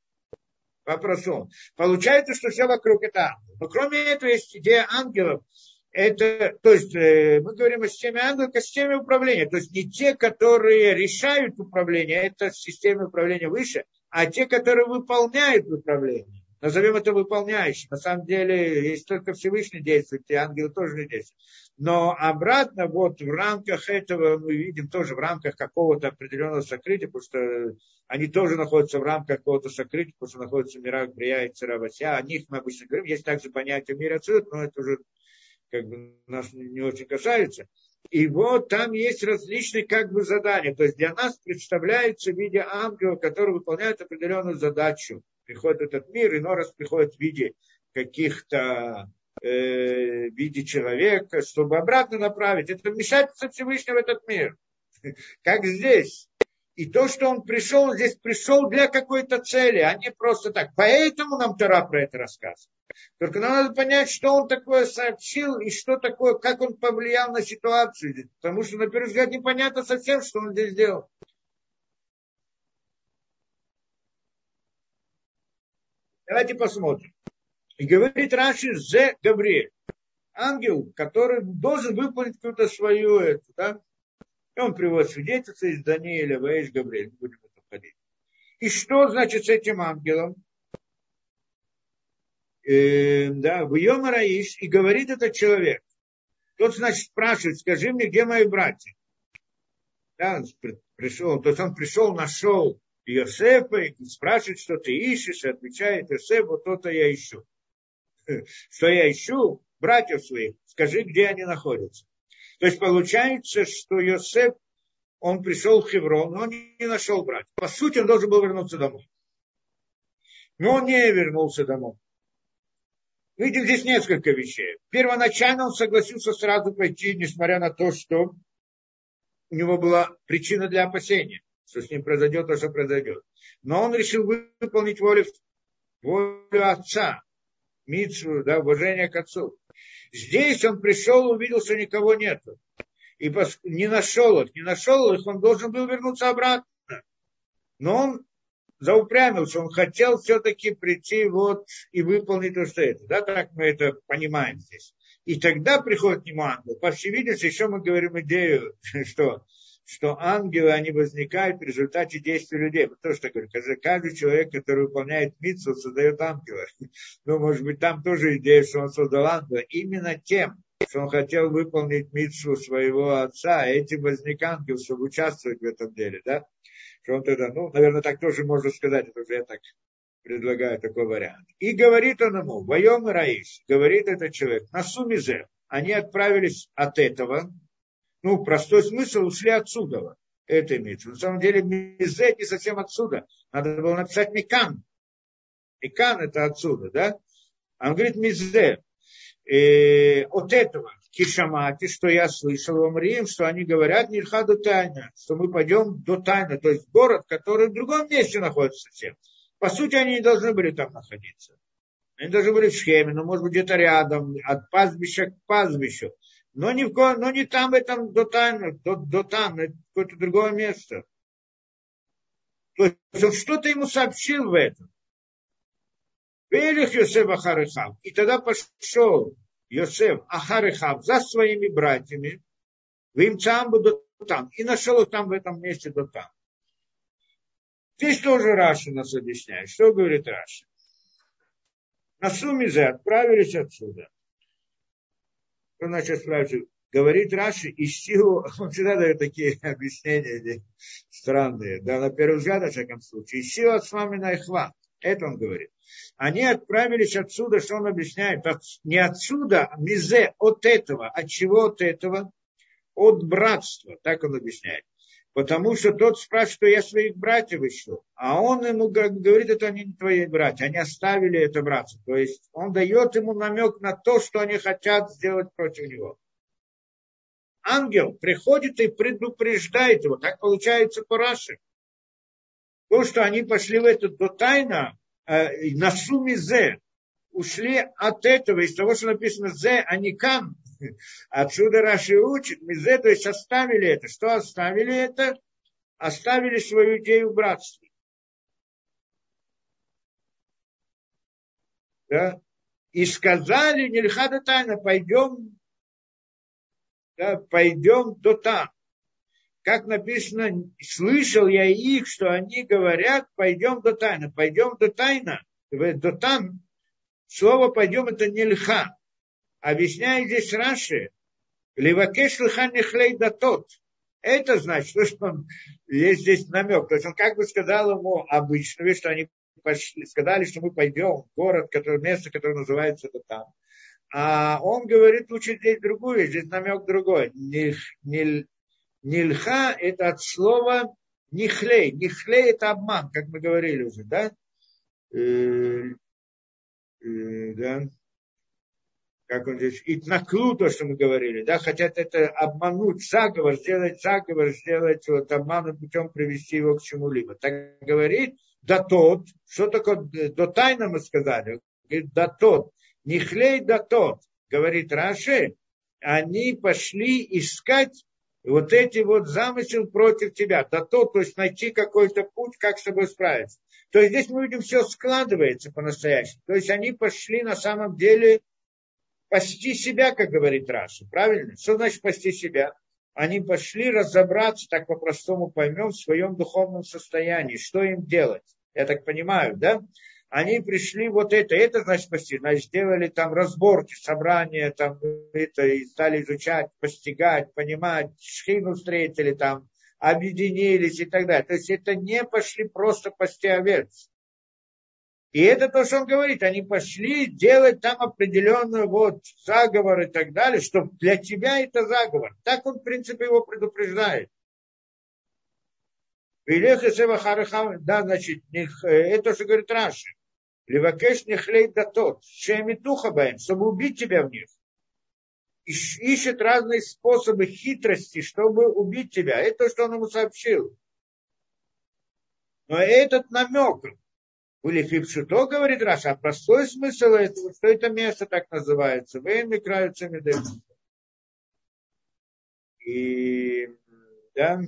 Вопросом. Получается, что все вокруг это ангел. Но кроме этого есть идея ангелов. Это, то есть э, мы говорим о системе ангелов, о системе управления. То есть не те, которые решают управление, это система управления выше, а те, которые выполняют управление. Назовем это выполняющим. На самом деле, есть только Всевышний действует, и ангелы тоже не действуют. Но обратно, вот в рамках этого мы видим тоже в рамках какого-то определенного сокрытия, потому что они тоже находятся в рамках какого-то сокрытия, потому что находятся в мирах Брия и Царавася. О них мы обычно говорим. Есть также понятие мира Ацилут, но это уже как бы нас не очень касается. И вот там есть различные как бы задания. То есть для нас представляется в виде ангела, который выполняет определенную задачу. Приходит в этот мир, иной раз приходит в виде каких-то э, в виде человека, чтобы обратно направить. Это вмешательство Всевышнего в этот мир. Как здесь. И то, что он пришел, он здесь пришел для какой-то цели, а не просто так. Поэтому нам Тора про это рассказывает. Только нам надо понять, что он такое сообщил и что такое, как он повлиял на ситуацию здесь. Потому что, на первый взгляд, непонятно совсем, что он здесь сделал. Давайте посмотрим. И говорит Раши Зе Гавриэль. Ангел, который должен выполнить какую-то свою эту, да? И он приводит свидетельство из Даниэля, Ваиш Гавриэль. Не будем в это входить. И что значит с этим ангелом? Э, да, в Йом Раиш, и говорит этот человек. Тот, значит, спрашивает, скажи мне, где мои братья? Да, он пришел, то есть он пришел, нашел Йосефа, и спрашивает, что ты ищешь, и отвечает Йосеф, вот то-то я ищу. Что я ищу? Братьев своих, скажи, где они находятся. То есть получается, что Йосеф, он пришел в Хеврон, но он не нашел братьев. По сути, он должен был вернуться домой. Но он не вернулся домой. Видим здесь несколько вещей. Первоначально он согласился сразу пойти, несмотря на то, что у него была причина для опасения, что с ним произойдет то, что произойдет. Но он решил выполнить волю, волю отца, мицву, да, уважение к отцу. Здесь он пришел, увидел, что никого нету. И не нашел их, не нашел их, он должен был вернуться обратно. Но он заупрямился, он хотел все-таки прийти вот и выполнить то, что это. Да, так мы это понимаем здесь. И тогда приходит к нему ангел. По всей видимости, еще мы говорим идею, что, что ангелы, они возникают в результате действий людей. Потому что, говорю, каждый человек, который выполняет мицву, создает ангела. Ну, может быть, там тоже идея, что он создал ангела. Именно тем, что он хотел выполнить мицву своего отца, а этим возник ангел, чтобы участвовать в этом деле, да? Что он тогда, ну, наверное, так тоже можно сказать, это уже я так предлагаю такой вариант. И говорит он ему, воем и раиш, говорит этот человек, на сумизе, они отправились от этого, ну, простой смысл, ушли отсюда, это имеется. На самом деле, мизе не совсем отсюда, надо было написать микан. Микан это отсюда, да? А он говорит мизе. э, от этого кишамати, что я слышал в Амриим, что они говорят нильха до тайна, что мы пойдем до тайна, то есть город, который в другом месте находится совсем. По сути, они не должны были там находиться. Они должны были в Шхеме, но может быть где-то рядом, от пастбища к пастбищу. Но не, в, но не там, в этом до тайна, до, до там, это какое-то другое место. То есть он что-то ему сообщил в этом. Велих Йосеф Ахарехав. И тогда пошел Йосеф Ахарехав за своими братьями, в Имцамбу до там, и нашел их там в этом месте до там. Здесь тоже Раши нас объясняет. Что говорит Раши? На Сумизе отправились отсюда. Что значит отправиться? Говорит Раши, ищи его, он всегда дает такие объяснения странные, да, на первый взгляд, во всяком случае, ищи его от с вами на Ихва. Это он говорит. Они отправились отсюда, что он объясняет, от, не отсюда, а мизе, от этого. От чего от этого? От братства, так он объясняет. Потому что тот спрашивает, что я своих братьев ищу, а он ему говорит, это они не твои братья, они оставили это братство. То есть он дает ему намек на то, что они хотят сделать против него. Ангел приходит и предупреждает его, так получается по Раши. То, что они пошли в это до тайна, э, на сумме зе, ушли от этого, из того, что написано зе, а не кам. Отсюда Раши учит, мизе, то есть оставили это. Что оставили это? Оставили свою идею братства. Да? И сказали, нельха до тайна, пойдем, да, пойдем до там. Как написано, слышал я их, что они говорят, пойдем до тайна. Пойдем до тайна. До там. Слово пойдем это не льха. Объясняет здесь Раши. Ливакеш льха нехлей да тот. Это значит, что он, есть здесь намек. То есть он как бы сказал ему обычно, что они пошли, сказали, что мы пойдем в город, который, место, которое называется до там. А он говорит, лучше здесь другую, здесь намек другой. Не, не, Нильха – это от слова нихлей. Нихлей – это обман, как мы говорили уже, да? Э, э, да? Как он здесь? Итнаклу, то, что мы говорили, да? Хотят это обмануть, заговор, сделать заговор, сделать вот обманом путем привести его к чему-либо. Так говорит, да тот, что такое, до тайна мы сказали, говорит, да тот, нихлей, да тот, говорит Раши, они пошли искать вот эти вот замысел против тебя. Да то, то есть найти какой-то путь, как с собой справиться. То есть здесь мы видим, все складывается по-настоящему. То есть они пошли на самом деле спасти себя, как говорит Раши. Правильно? Что значит спасти себя? Они пошли разобраться, так по-простому поймем, в своем духовном состоянии. Что им делать? Я так понимаю, да? Они пришли вот это, это значит спасти, значит, сделали там разборки, собрания, там, это, и стали изучать, постигать, понимать, шхину встретили там, объединились и так далее. То есть это не пошли просто пасти овец. И это то, что он говорит, они пошли делать там определенный вот заговор и так далее, что для тебя это заговор. Так он, в принципе, его предупреждает. Да, значит, это, что говорит Раши. Левакеш нехлей да тот, шемитуха баем, чтобы убить тебя в них. Ищет разные способы хитрости, чтобы убить тебя. Это то, что он ему сообщил. Но этот намек, Улифипшуто, говорит Раша, а простой смысл этого, что это место так называется. Вейми краются медем. И, да.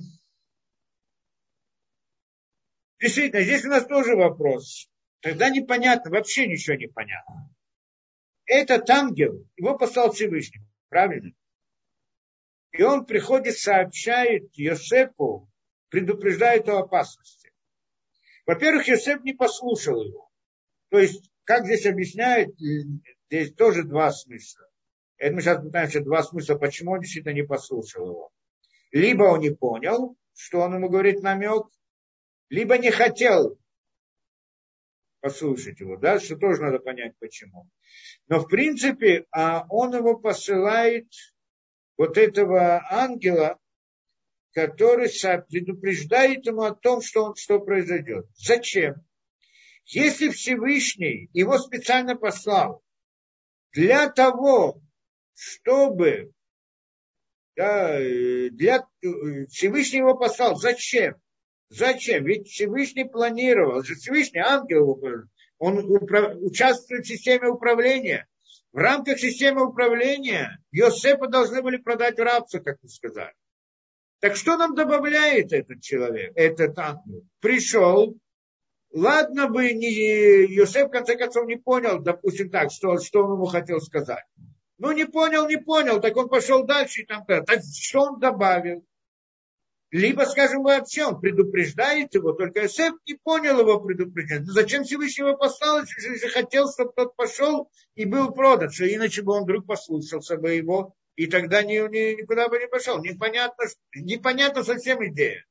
Действительно, здесь у нас тоже вопрос. Тогда непонятно, вообще ничего не понятно. Этот ангел, его послал Всевышний, правильно? И он приходит, сообщает Йосефу, предупреждает о опасности. Во-первых, Йосеф не послушал его. То есть, как здесь объясняют, здесь тоже два смысла. Это мы сейчас пытаемся два смысла, почему он действительно не послушал его. Либо он не понял, что он ему говорит намек, либо не хотел послушать его, да, что тоже надо понять, почему. Но, в принципе, он его посылает, вот этого ангела, который предупреждает ему о том, что, он, что произойдет. Зачем? Если Всевышний его специально послал, для того, чтобы да, для Всевышний его послал. Зачем? Зачем? Ведь Всевышний планировал, Всевышний ангел, он упра- участвует в системе управления. В рамках системы управления Йосефа должны были продать в рабство, как мы сказали. Так что нам добавляет этот человек, этот ангел? Пришел, ладно бы не, Йосеф в конце концов не понял, допустим так, что, что он ему хотел сказать. Ну не понял, не понял, так он пошел дальше и там, так что он добавил? Либо, скажем, вообще он предупреждает его, только Йосеф не понял его предупреждения. Ну, зачем Всевышний его послал, если же хотел, чтобы тот пошел и был продан, что иначе бы он вдруг послушался бы его, и тогда ни, ни, никуда бы не пошел. Непонятно, непонятно совсем идея.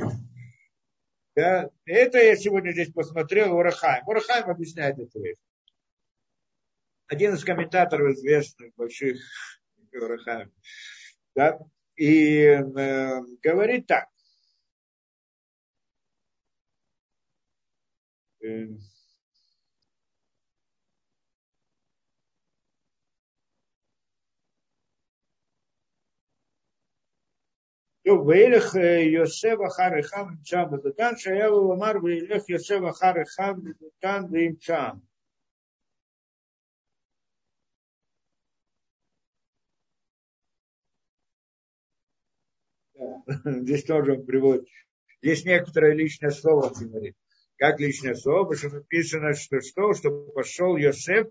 Да? Это я сегодня здесь посмотрел, Орахаим. Орахаим объясняет эту вещь. Один из комментаторов известных, больших Орахаим. Да? И э, говорит так. Э, וילך יוסף אחר אחיו נמצא בדותן, שהיה הוא אמר וילך יוסף אחר אחיו בדותן וימצא. Здесь тоже он приводит. Здесь некоторое личное слово говорит. Как личное слово, потому что написано, что что, что пошел Йосеф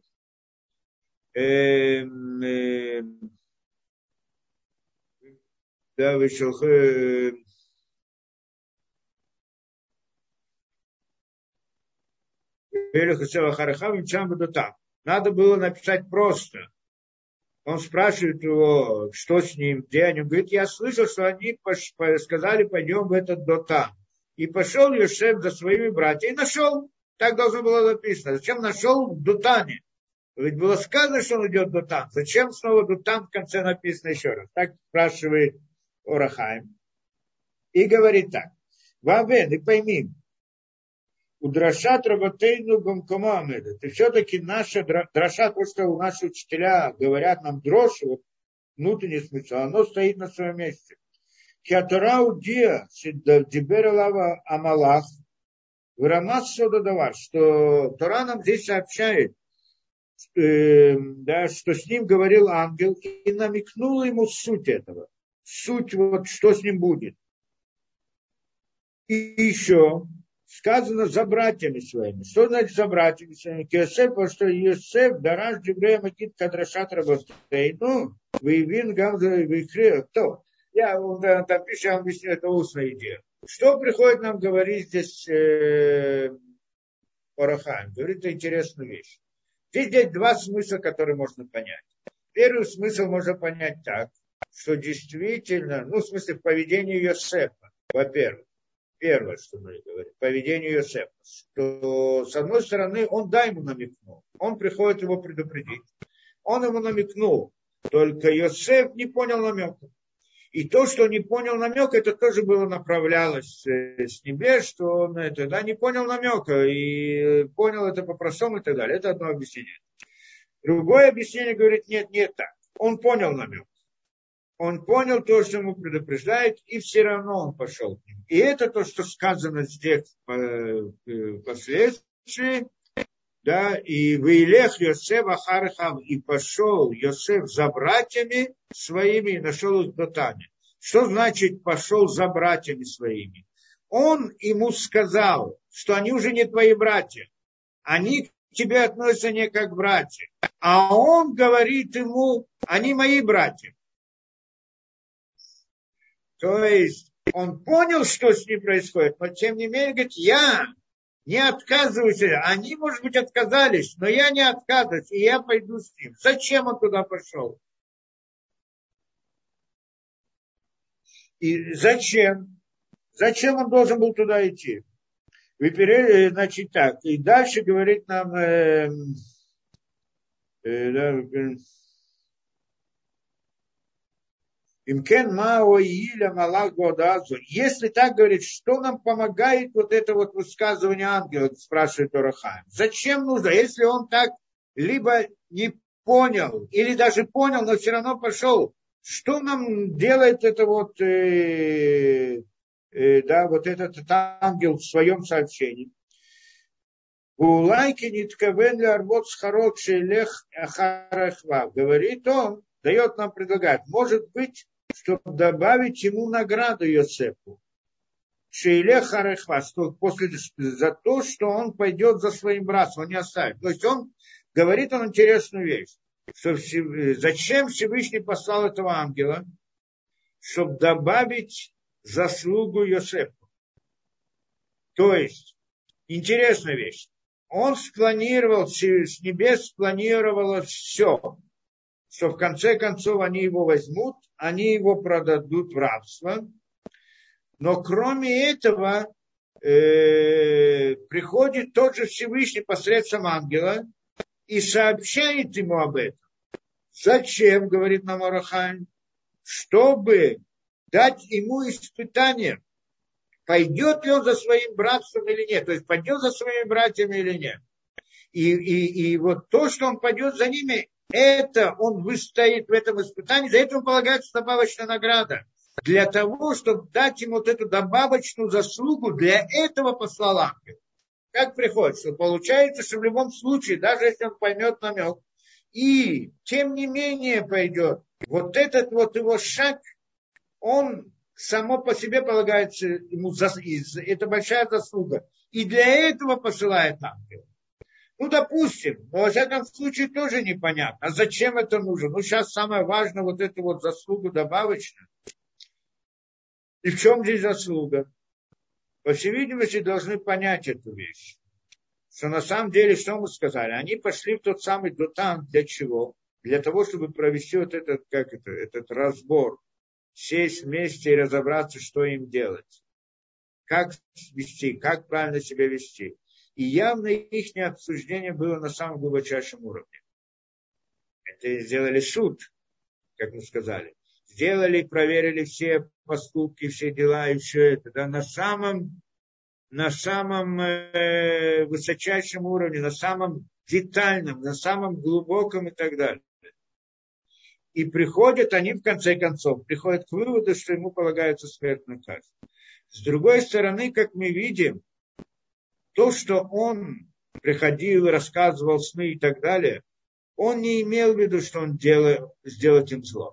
э, э, да, вышел э, надо было написать просто. Он спрашивает его, что с ним, где они. Он говорит, я слышал, что они пош- сказали, пойдем в этот Дотан. И пошел Йосеф за своими братьями и нашел. Так должно было написано. Зачем нашел в Дотане? Ведь было сказано, что он идет в Дотан. Зачем снова Дотан в конце написано еще раз? Так спрашивает Орахаим. И говорит так. Вавен, и пойми, у Драшат Рабатейну Гумкома Амеда. И все-таки наша Драшат, то, что наши учителя говорят нам дрожь, вот внутренний смысл, оно стоит на своем месте. Киатора удия дибералава амалах врамас содадавар, что Тора нам здесь сообщает, э, да, что с ним говорил ангел и намекнул ему суть этого. Суть, вот, что с ним будет. И еще сказано за братьями своими. Что значит за братьями своими? Йосеф, потому что Йосеф, дараш джибрея макит кадрашат рабостей. Ну, выявин гамза выхре. Кто? Я он, там пишет, я вам объясню, это устная идея. Что приходит нам говорить здесь э, Орахаим? Говорит интересную вещь. Здесь есть два смысла, которые можно понять. Первый смысл можно понять так, что действительно, ну, в смысле, в поведении Йосефа, во-первых. Первое, что мы говорим, поведение Йосефа, что с одной стороны он да ему намекнул, он приходит его предупредить, он ему намекнул, только Йосеф не понял намека. И то, что не понял намека, это тоже было направлялось с небес, что он это, да, не понял намека и понял это по-простому и так далее. Это одно объяснение. Другое объяснение говорит, нет, нет так. Он понял намек. Он понял то, что ему предупреждает, и все равно он пошел к ним. И это то, что сказано здесь впоследствии, да, и Вейлех Йосеф Ахархам, и пошел Йосеф за братьями своими и нашел их в Дотане. Что значит пошел за братьями своими? Он ему сказал, что они уже не твои братья, они к тебе относятся не как братья, а он говорит ему, они мои братья. То есть он понял, что с ним происходит, но тем не менее говорит, я не отказываюсь. Они, может быть, отказались, но я не отказываюсь, и я пойду с ним. Зачем он туда пошел? И зачем? Зачем он должен был туда идти? Значит так, и дальше говорит нам... Э, э, да, если так говорит, что нам помогает вот это вот высказывание ангела, спрашивает Орахаим. Зачем нужно, если он так либо не понял, или даже понял, но все равно пошел. Что нам делает это вот, э, э, да, вот этот, этот ангел в своем сообщении? Улайки ниткавен ли арбот схарот шейлех ахарахва. Говорит он, дает нам, предлагает, может быть, чтобы добавить ему награду Йосефу. Шейлех ахарахва, что после, за то, что он пойдет за своим братством, он не оставит. То есть он говорит он интересную вещь, что зачем Всевышний послал этого ангела, чтобы добавить заслугу Йосефу. То есть, интересная вещь. Он спланировал, с небес спланировало все, что в конце концов они его возьмут, они его продадут в рабство. Но кроме этого э, приходит тот же Всевышний посредством ангела и сообщает ему об этом. Зачем, говорит нам Оhr ха-Хаим, чтобы дать ему испытание, пойдет ли он за своим братством или нет, то есть пойдет за своими братьями или нет. И, и, и вот то, что он пойдет за ними, это он выстоит в этом испытании, за это ему полагается добавочная награда. Для того, чтобы дать ему вот эту добавочную заслугу, для этого послал ангел. Как приходит, что получается, что в любом случае, даже если он поймет намек, и тем не менее пойдет, вот этот вот его шаг, он само по себе полагается ему, это большая заслуга. И для этого посылает ангел. Ну, допустим, но во всяком случае тоже непонятно. А зачем это нужно? Ну, сейчас самое важное, вот эту вот заслугу добавочную. И в чем здесь заслуга? По всей видимости, должны понять эту вещь. Что на самом деле, что мы сказали? Они пошли в тот самый Дотан для чего? Для того, чтобы провести вот этот, как это, этот разбор. Сесть вместе и разобраться, что им делать. Как вести, как правильно себя вести. И явно их обсуждение было на самом глубочайшем уровне. Это сделали суд, как мы сказали. Сделали, проверили все поступки, все дела и все это. Да, на самом, на самом э, высочайшем уровне, на самом детальном, на самом глубоком и так далее. И приходят они, в конце концов, приходят к выводу, что ему полагается смертная казнь. С другой стороны, как мы видим, то, что он приходил и рассказывал сны и так далее, он не имел в виду, что он делает, сделает им зло.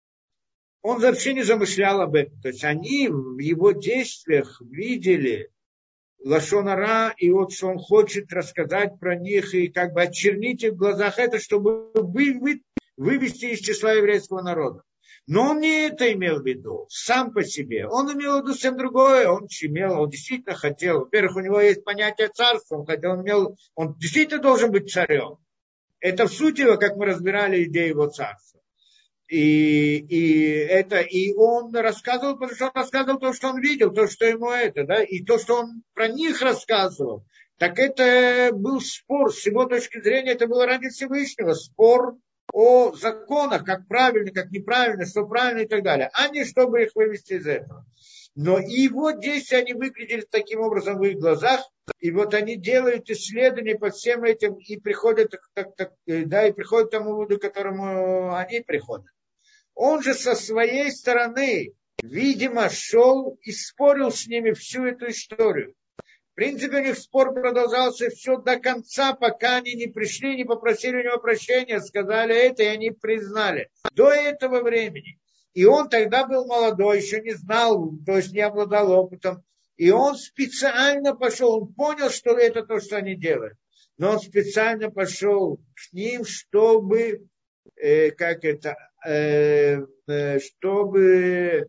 Он вообще не замышлял об этом. То есть они в его действиях видели лашон ара, и вот что он хочет рассказать про них и как бы очернить их в глазах это, чтобы вы, вы, вывести из числа еврейского народа. Но он не это имел в виду, сам по себе. Он имел в виду совсем другое. Он имел, он действительно хотел. Во-первых, у него есть понятие царства. Он, хотел, он, имел, он действительно должен быть царем. Это в сути его, как мы разбирали, идею его царства. И, и, это, и он рассказывал, потому что он рассказывал то, что он видел, то, что ему это, да, и то, что он про них рассказывал. Так это был спор, с его точки зрения, это было ради Всевышнего, спор о законах, как правильно, как неправильно, что правильно и так далее, а не чтобы их вывести из этого. Но и его действия, они выглядели таким образом в их глазах, и вот они делают исследования по всем этим, и приходят, как, как, да, и приходят к тому выводу, к которому они приходят. Он же со своей стороны, видимо, шел и спорил с ними всю эту историю. В принципе, у них спор продолжался все до конца, пока они не пришли, не попросили у него прощения, сказали это, и они признали. До этого времени. И он тогда был молодой, еще не знал, то есть не обладал опытом. И он специально пошел, он понял, что это то, что они делают. Но он специально пошел к ним, чтобы, э, как это, э, э, чтобы...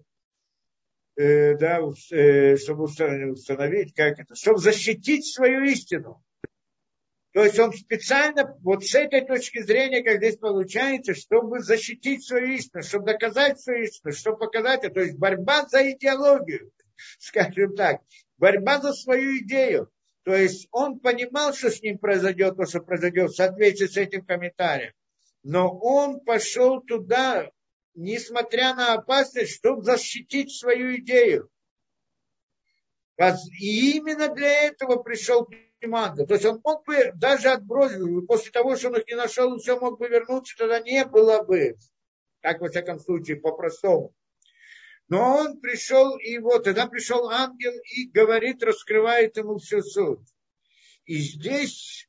Да, чтобы установить, как это, чтобы защитить свою истину. То есть он специально, вот с этой точки зрения, как здесь получается, чтобы защитить свою истину, чтобы доказать свою истину, чтобы показать, то есть борьба за идеологию, скажем так, борьба за свою идею. То есть он понимал, что с ним произойдет, то, что произойдет в соответствии с этим комментарием. Но он пошел туда, несмотря на опасность, чтобы защитить свою идею. И именно для этого пришел к ним ангел. То есть он мог бы даже отбросить, после того, что он их не нашел, все мог бы вернуться, тогда не было бы. Так, во всяком случае, по-простому. Но он пришел, и вот, тогда пришел ангел и говорит, раскрывает ему всю суть. И здесь,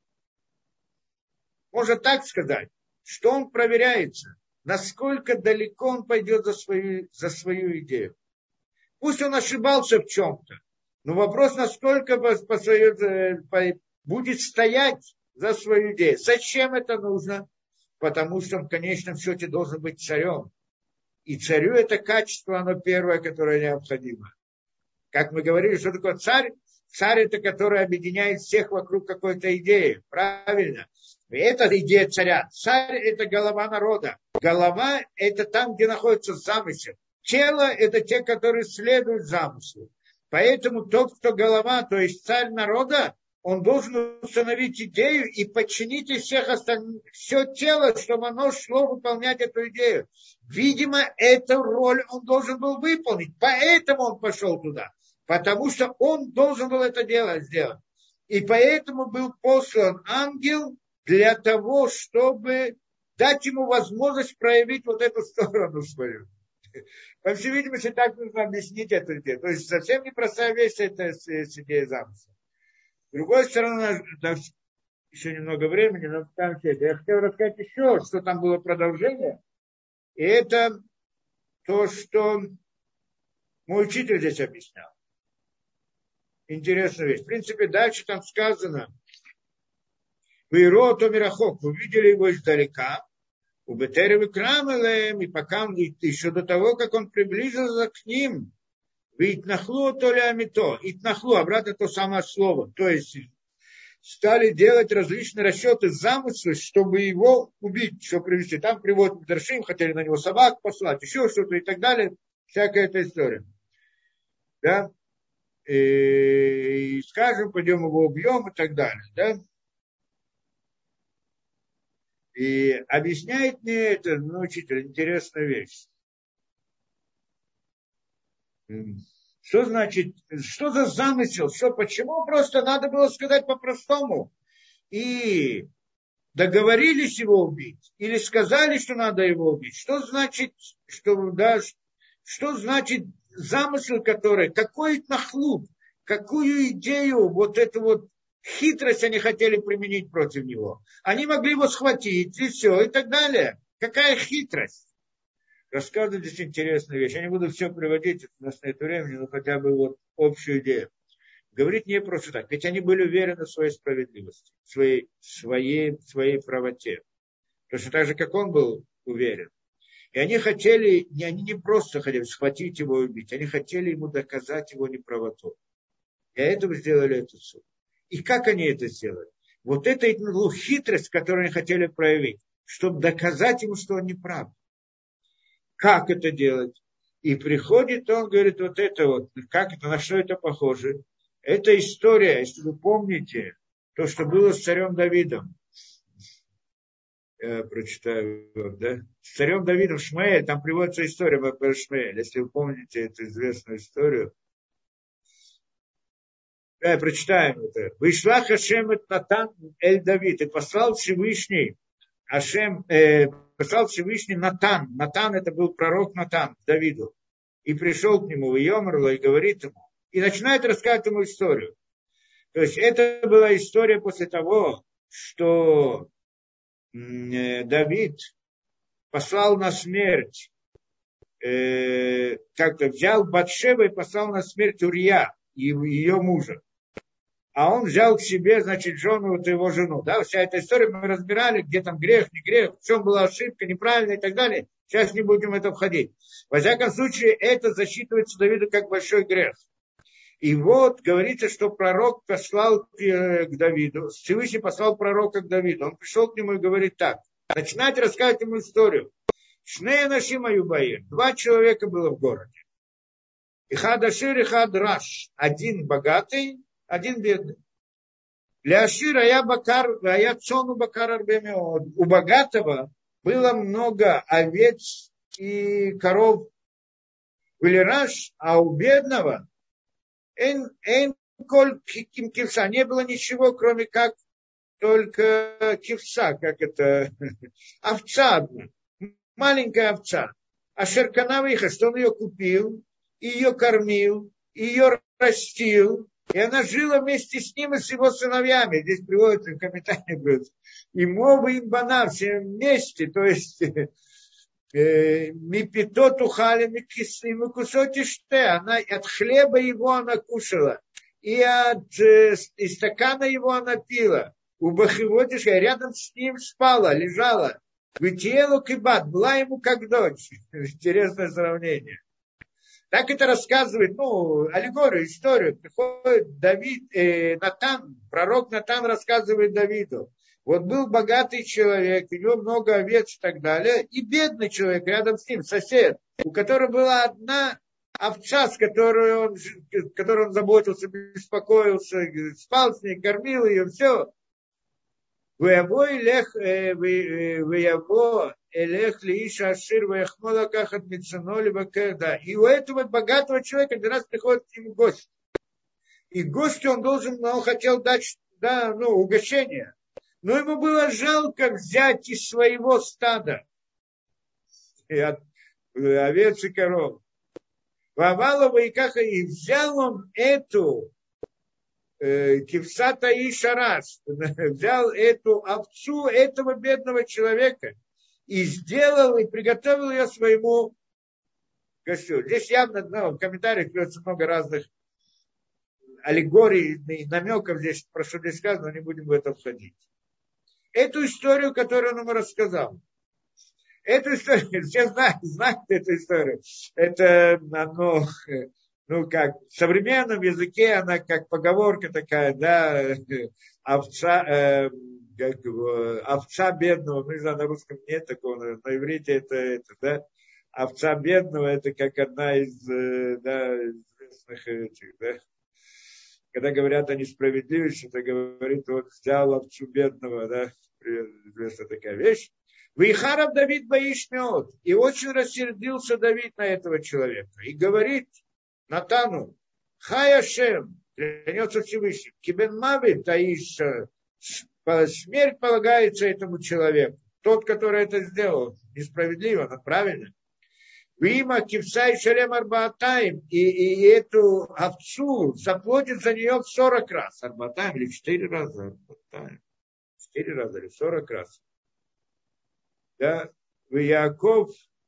можно так сказать, что он проверяется, насколько далеко он пойдет за свою, за свою идею. Пусть он ошибался в чем-то, но вопрос, насколько по, по свою, по, будет стоять за свою идею. Зачем это нужно? Потому что он в конечном счете должен быть царем. И царю это качество, оно первое, которое необходимо. Как мы говорили, что такое царь? Царь это, который объединяет всех вокруг какой-то идеи. Правильно? И это идея царя. Царь это голова народа. Голова это там, где находится замысел. Тело это те, которые следуют замыслу. Поэтому тот, кто голова, то есть царь народа, он должен установить идею и подчинить из всех остальных, все тело, чтобы оно шло выполнять эту идею. Видимо, эту роль он должен был выполнить. Поэтому он пошел туда. Потому что он должен был это дело сделать. И поэтому был послан ангел для того, чтобы дать ему возможность проявить вот эту сторону свою. По всей видимости, так нужно объяснить эту идею. То есть совсем непростая вещь это с, с идеей замысла. С другой стороны, еще немного времени, но там все это. Я хотел рассказать еще, что там было продолжение. И это то, что мой учитель здесь объяснял. Интересная вещь. В принципе, дальше там сказано, «Вейро то мирахок», увидели его издалека, у Бетеревы Крамелем, и пока он, еще до того, как он приблизился к ним, «Вейтнахлу то ли амито», «Итнахлу», обратно то самое слово, то есть стали делать различные расчеты, замыслы, чтобы его убить, чтобы привести. Там приводят Мидрашим, хотели на него собак послать, еще что-то и так далее, всякая эта история. Да? И скажем, пойдем его убьем и так далее, да? И объясняет мне это, ну, учитель, интересная вещь. Что значит, что за замысел, что, почему, просто надо было сказать по-простому. И договорились его убить, или сказали, что надо его убить. Что значит, что, да, что значит замысел, который, какой нахлуп, какую идею, вот эту вот хитрость они хотели применить против него. Они могли его схватить, и все, и так далее. Какая хитрость? Рассказывать здесь интересную вещь. Я не буду все приводить, у нас нет времени, но хотя бы вот общую идею. Говорит не просто так, ведь они были уверены в своей справедливости, в своей, своей, своей правоте. Точно так же, как он был уверен. И они хотели, они не просто хотели схватить его и убить, они хотели ему доказать его неправоту. Для этого сделали этот суд. И как они это сделали? Вот это ну, хитрость, которую они хотели проявить, чтобы доказать ему, что он не прав. Как это делать? И приходит он, говорит, вот это вот, как это, на что это похоже? Это история, если вы помните, то, что было с царем Давидом. Я прочитаю, да? С царем Давидом Шмаэль, там приводится история про Шмаэль, если вы помните эту известную историю. Да, прочитаем это. Вышла Хашем эт Натан эль Давид, и послал Всевышний Ашем, э, послал Всевышний Натан. Натан это был пророк Натан Давиду. И пришел к нему в Йомарло и говорит ему, и начинает рассказывать ему историю. То есть это была история после того, что э, Давид послал на смерть, э, как-то взял Батшева и послал на смерть Урия, ее мужа. А он взял к себе, значит, жену, вот его жену. Да, вся эта история мы разбирали, где там грех, не грех, в чем была ошибка, неправильно и так далее. Сейчас не будем в это входить. Во всяком случае, это засчитывается Давиду как большой грех. И вот говорится, что пророк послал к, к Давиду, Всевышний послал пророка к Давиду. Он пришел к нему и говорит так. Начинает рассказывать ему историю. Шнея нашим аюбаир. Два человека было в городе. Ихад ашир, ихад раш. Один богатый, один бедный. Для Ашира я бакар, а я цону бакар арбемеод. У богатого было много овец и коров. Были раш, а у бедного эн, эн коль кивса, не было ничего, кроме как только кивса, как это, овца одна, маленькая овца. А Шерканавиха, что он ее купил, и ее кормил, и ее растил, и она жила вместе с ним и с его сыновьями. Здесь приводится в комментариях. И Мова и Бана все вместе, то есть Мипитот ухали микисим и кусоти ште. Она от хлеба его она кушала, и от из стакана его она пила. У Бахивотиша рядом с ним спала, лежала. Вытиелу кибат, была ему как дочь. Интересное сравнение. Так это рассказывает, ну, аллегорию, историю. Приходит Давид, э, Натан, пророк Натан рассказывает Давиду. Вот был богатый человек, у него много овец и так далее, и бедный человек рядом с ним, сосед, у которого была одна овца, с которой он, которой он заботился, беспокоился, спал с ней, кормил ее, все. Выяво элех, выяво элех лииша ашир выяхмола кахат митсаноли бакерда. И у этого богатого человека один раз приходит к нему гость. И гостю он должен, он хотел дать, да, ну, угощение. Но ему было жалко взять из своего стада и от овец и коров. Вавалова и как и взял он эту кивсата и шараш, взял эту овцу этого бедного человека и сделал, и приготовил ее своему гостю. Здесь явно, ну, в комментариях берется много разных аллегорий и намеков здесь, про что здесь сказано, не будем в это входить. Эту историю, которую он ему рассказал. Эту историю, все знают, знают эту историю. Это, оно, ну, как, в современном языке она как поговорка такая, да, овца, э, как, овца бедного, ну, не знаю, на русском нет такого, на иврите это, это, да, овца бедного, это как одна из, да, известных этих, да. Когда говорят о несправедливости, это говорит, вот взял овцу бедного, да, известная такая вещь. Вейхаров Давид Баишмеот. И очень рассердился Давид на этого человека. И говорит Натану, Хай Ашем, клянется Всевышний, Кибен Мави Таиша, смерть полагается этому человеку. Тот, который это сделал, несправедливо, но правильно. Вима Кивса и Шалем Арбаатаим, и, и эту овцу заплатит за нее в сорок раз. Арбаатаим или четыре раза. Арбаатаим. Четыре раза или сорок раз. Да, в Яков,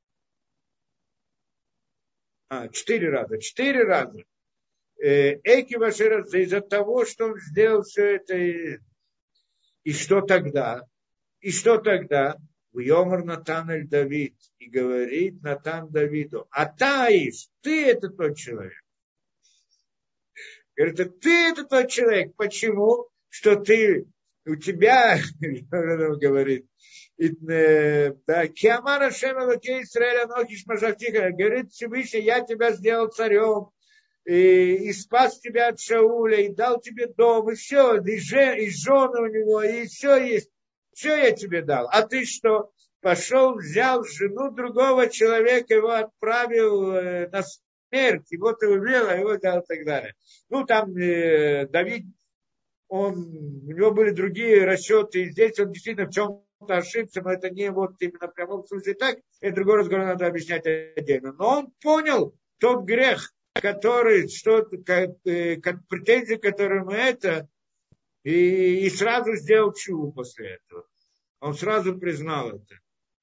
а, четыре раза, четыре раза. Эки ваши из-за того, что он сделал все это, и, и что тогда? И что тогда? В Йомар Натан эль Давид, и говорит Натан Давиду, а Таиш, ты это тот человек. Говорит, ты это тот человек. Почему? Что ты, у тебя, говорит, да, Киамара Шема Луке Исраэля Нохиш Мажахтиха, говорит Всевышний, я тебя сделал царем, и, и спас тебя от Шауля, и дал тебе дом, и все, и, жен, и жены у него, и все есть, все я тебе дал. А ты что? Пошел, взял жену другого человека, его отправил э, на смерть, его ты убил, а его дал и так далее. Ну, там э, Давид, он, у него были другие расчеты, и здесь он действительно в чем-то ошибся, но это не вот именно в прямом смысле так, это другой разговор надо объяснять отдельно. Но он понял тот грех, который, что, как, э, как претензии, которые мы это, и, и сразу сделал чуву после этого. Он сразу признал это.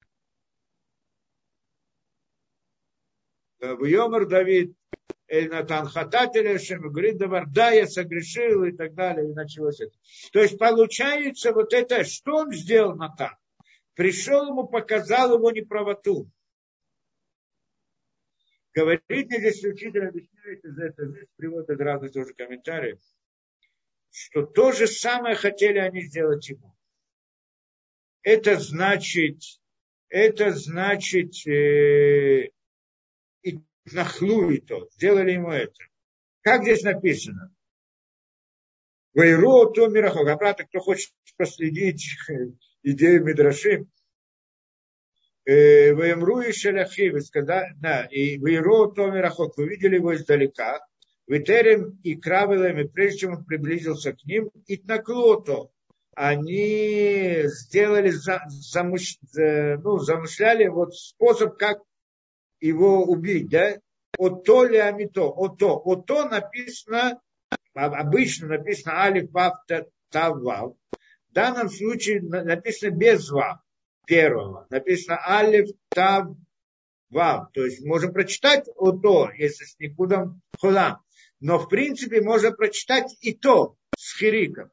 В Йомар Давид, Эль Натан Хататель Ашем, говорит, да, я согрешил и так далее, и началось это. То есть получается вот это, что он сделал Натан? Пришел ему, показал его неправоту. Говорит мне здесь учитель, объясняет из этого, здесь приводит разные тоже комментарии, что то же самое хотели они сделать ему. Это значит, это значит, э, и нахлу и то, сделали ему это. Как здесь написано? Вайро то мирахок. Обратно, кто хочет проследить идею Мидрашим. Ваемру и шаляхи, вы сказали, да, и вайро то мирахок, вы видели его издалека. Витерем и Кравелем, и прежде чем он приблизился к ним, и Тнаклото, они сделали, замыш, ну, замышляли вот способ, как его убить, да? Ото ли амито, ото. Ото написано, обычно написано алиф, вав, тав, вав. В данном случае написано без вав первого. Написано алиф, тав, вав. То есть можем прочитать ото, если с никудом холам. Но в принципе можно прочитать и то с хириком.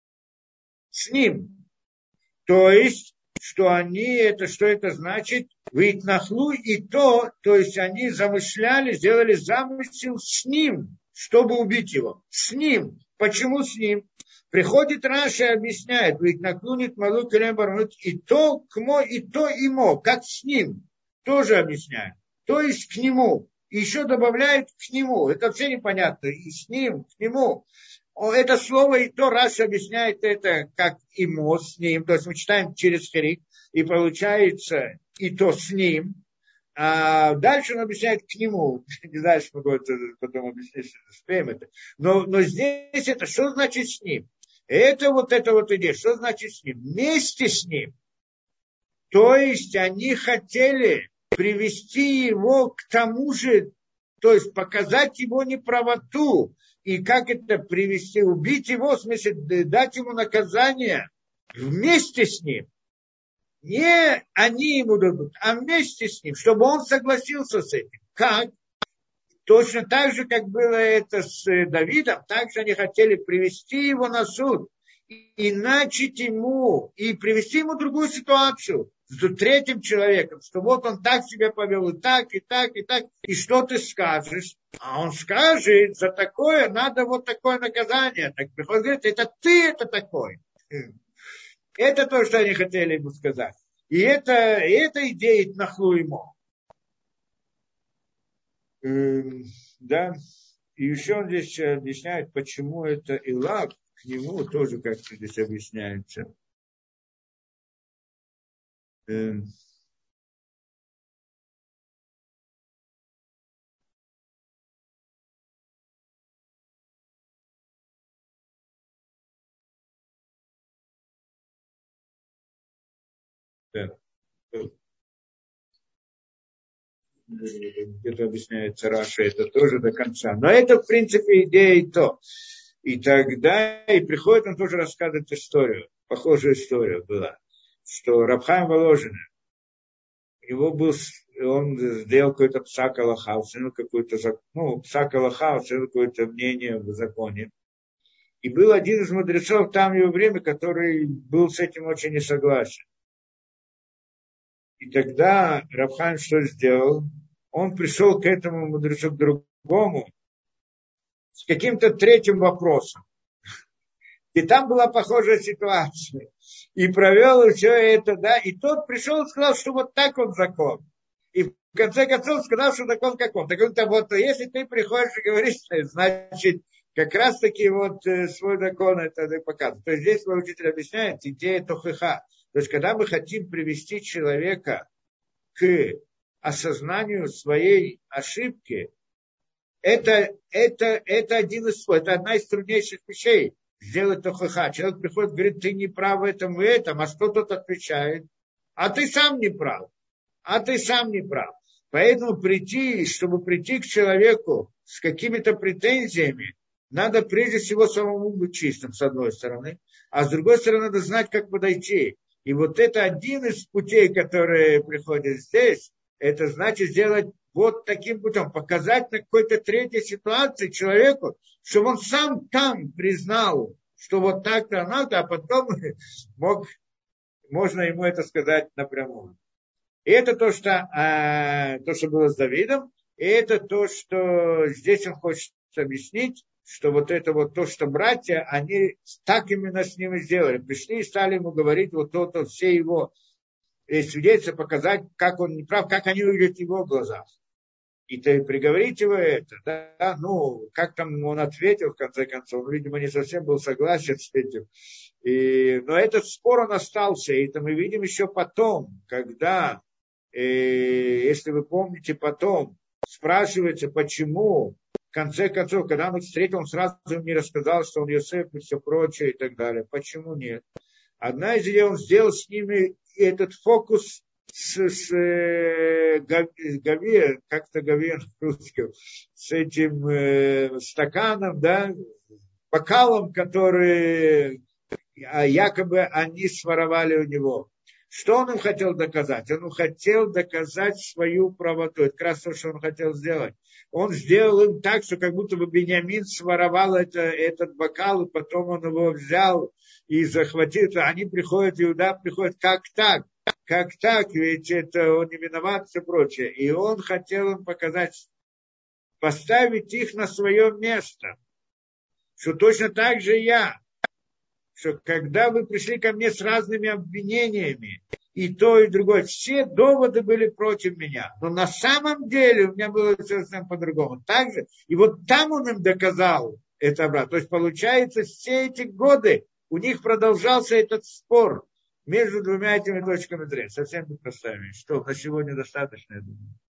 С ним. То есть, что они, это, что это значит? Витнахлу и то, то есть они замышляли, сделали замысел с ним, чтобы убить его. С ним. Почему с ним? Приходит Раши и объясняет, Витнахлу нит малу келем бармут, и то кмо, и то имо, как с ним. Тоже объясняет. То есть к нему. И еще добавляет к нему. Это вообще непонятно. И с ним, к нему. Это слово и то Раши объясняет это как имо, с ним. То есть мы читаем через херик. И получается и то с ним. А дальше он объясняет к нему. Не знаю, что мы потом объяснить, что успеем это. Но, но здесь это, что значит с ним? Это вот это вот идея. Что значит с ним? Вместе с ним. То есть они хотели привести его к тому же, то есть показать его неправоту. И как это привести, убить его, в смысле дать ему наказание вместе с ним. Не они ему дадут, а вместе с ним, чтобы он согласился с этим. Как? Точно так же, как было это с Давидом, так же они хотели привести его на суд и начать ему, и привести ему другую ситуацию с третьим человеком, что вот он так себя повел, и так, и так, и так, и что ты скажешь? А он скажет, за такое надо вот такое наказание. Так приходит, говорит, это ты это такой. Это то, что они хотели ему сказать. И это, и это идея нахлу ему. Эм, да. И еще он здесь объясняет, почему это Илав, к нему тоже как-то здесь объясняется. Эм. Да. Где-то объясняется Раша, это тоже до конца. Но это, в принципе, идея и то. И тогда, и приходит, он тоже рассказывает историю, похожую историю была, что Рабхайм Воложин, его был, он сделал какой-то псак Аллаха, установил какой-то, ну, псак Аллаха, установил какое-то мнение в законе. И был один из мудрецов там в его время, который был с этим очень не согласен. И тогда Рабхайм что сделал? Он пришел к этому мудрецу, к другому, с каким-то третьим вопросом. И там была похожая ситуация. И провел все это, да. И тот пришел и сказал, что вот так вот закон. И в конце концов сказал, что закон каком. Так он-то вот, если ты приходишь и говоришь, значит, как раз таки вот свой закон это показывает. То есть здесь мой учитель объясняет идея тохиха. То есть когда мы хотим привести человека к осознанию своей ошибки, это, это, это, один из, это одна из труднейших вещей. Сделать тохиха. Человек приходит и говорит, ты не прав в этом и этом, а что тот отвечает? А ты сам не прав. А ты сам не прав. Поэтому прийти, чтобы прийти к человеку с какими-то претензиями, надо прежде всего самому быть чистым, с одной стороны. А с другой стороны, надо знать, как подойти. И вот это один из путей, которые приходят здесь, это значит сделать вот таким путем, показать на какой-то третьей ситуации человеку, чтобы он сам там признал, что вот так-то надо, а потом мог, можно ему это сказать напрямую. И это то, что, э, то, что было с Давидом, и это то, что здесь он хочет объяснить, что вот это вот то, что братья, они так именно с ним и сделали. Пришли и стали ему говорить вот то-то, все его свидетельства показать, как он не прав, как они увидят в его глазах. И ты приговорить его это, да, ну, как там он ответил, в конце концов, он, видимо, не совсем был согласен с этим. И, но этот спор, он остался, и это мы видим еще потом, когда, э, если вы помните, потом спрашивается, почему В конце концов, когда он их встретил, он сразу им не рассказал, что он Йосеф и все прочее и так далее. Почему нет? Одна из идей, он сделал с ними этот фокус с, с э, Гаве, как-то Гаве русским, с этим э, стаканом, да, бокалом, который а якобы они своровали у него. Что он им хотел доказать? Он хотел доказать свою правоту. Это как раз то, что он хотел сделать. Он сделал им так, что как будто бы Беньямин своровал это, этот бокал, и потом он его взял и захватил. Они приходят, Иуда приходит, как так? Как так? Ведь это он не виноват и все прочее. И он хотел им показать, поставить их на свое место. Что точно так же я. Что когда вы пришли ко мне с разными обвинениями, и то, и другое, все доводы были против меня. Но на самом деле у меня было совершенно по-другому. Так же, и вот там он им доказал это обратно. То есть, получается, все эти годы у них продолжался этот спор между двумя этими точками зрения. Совсем непростая вещь. Что, на сегодня достаточно, я думаю.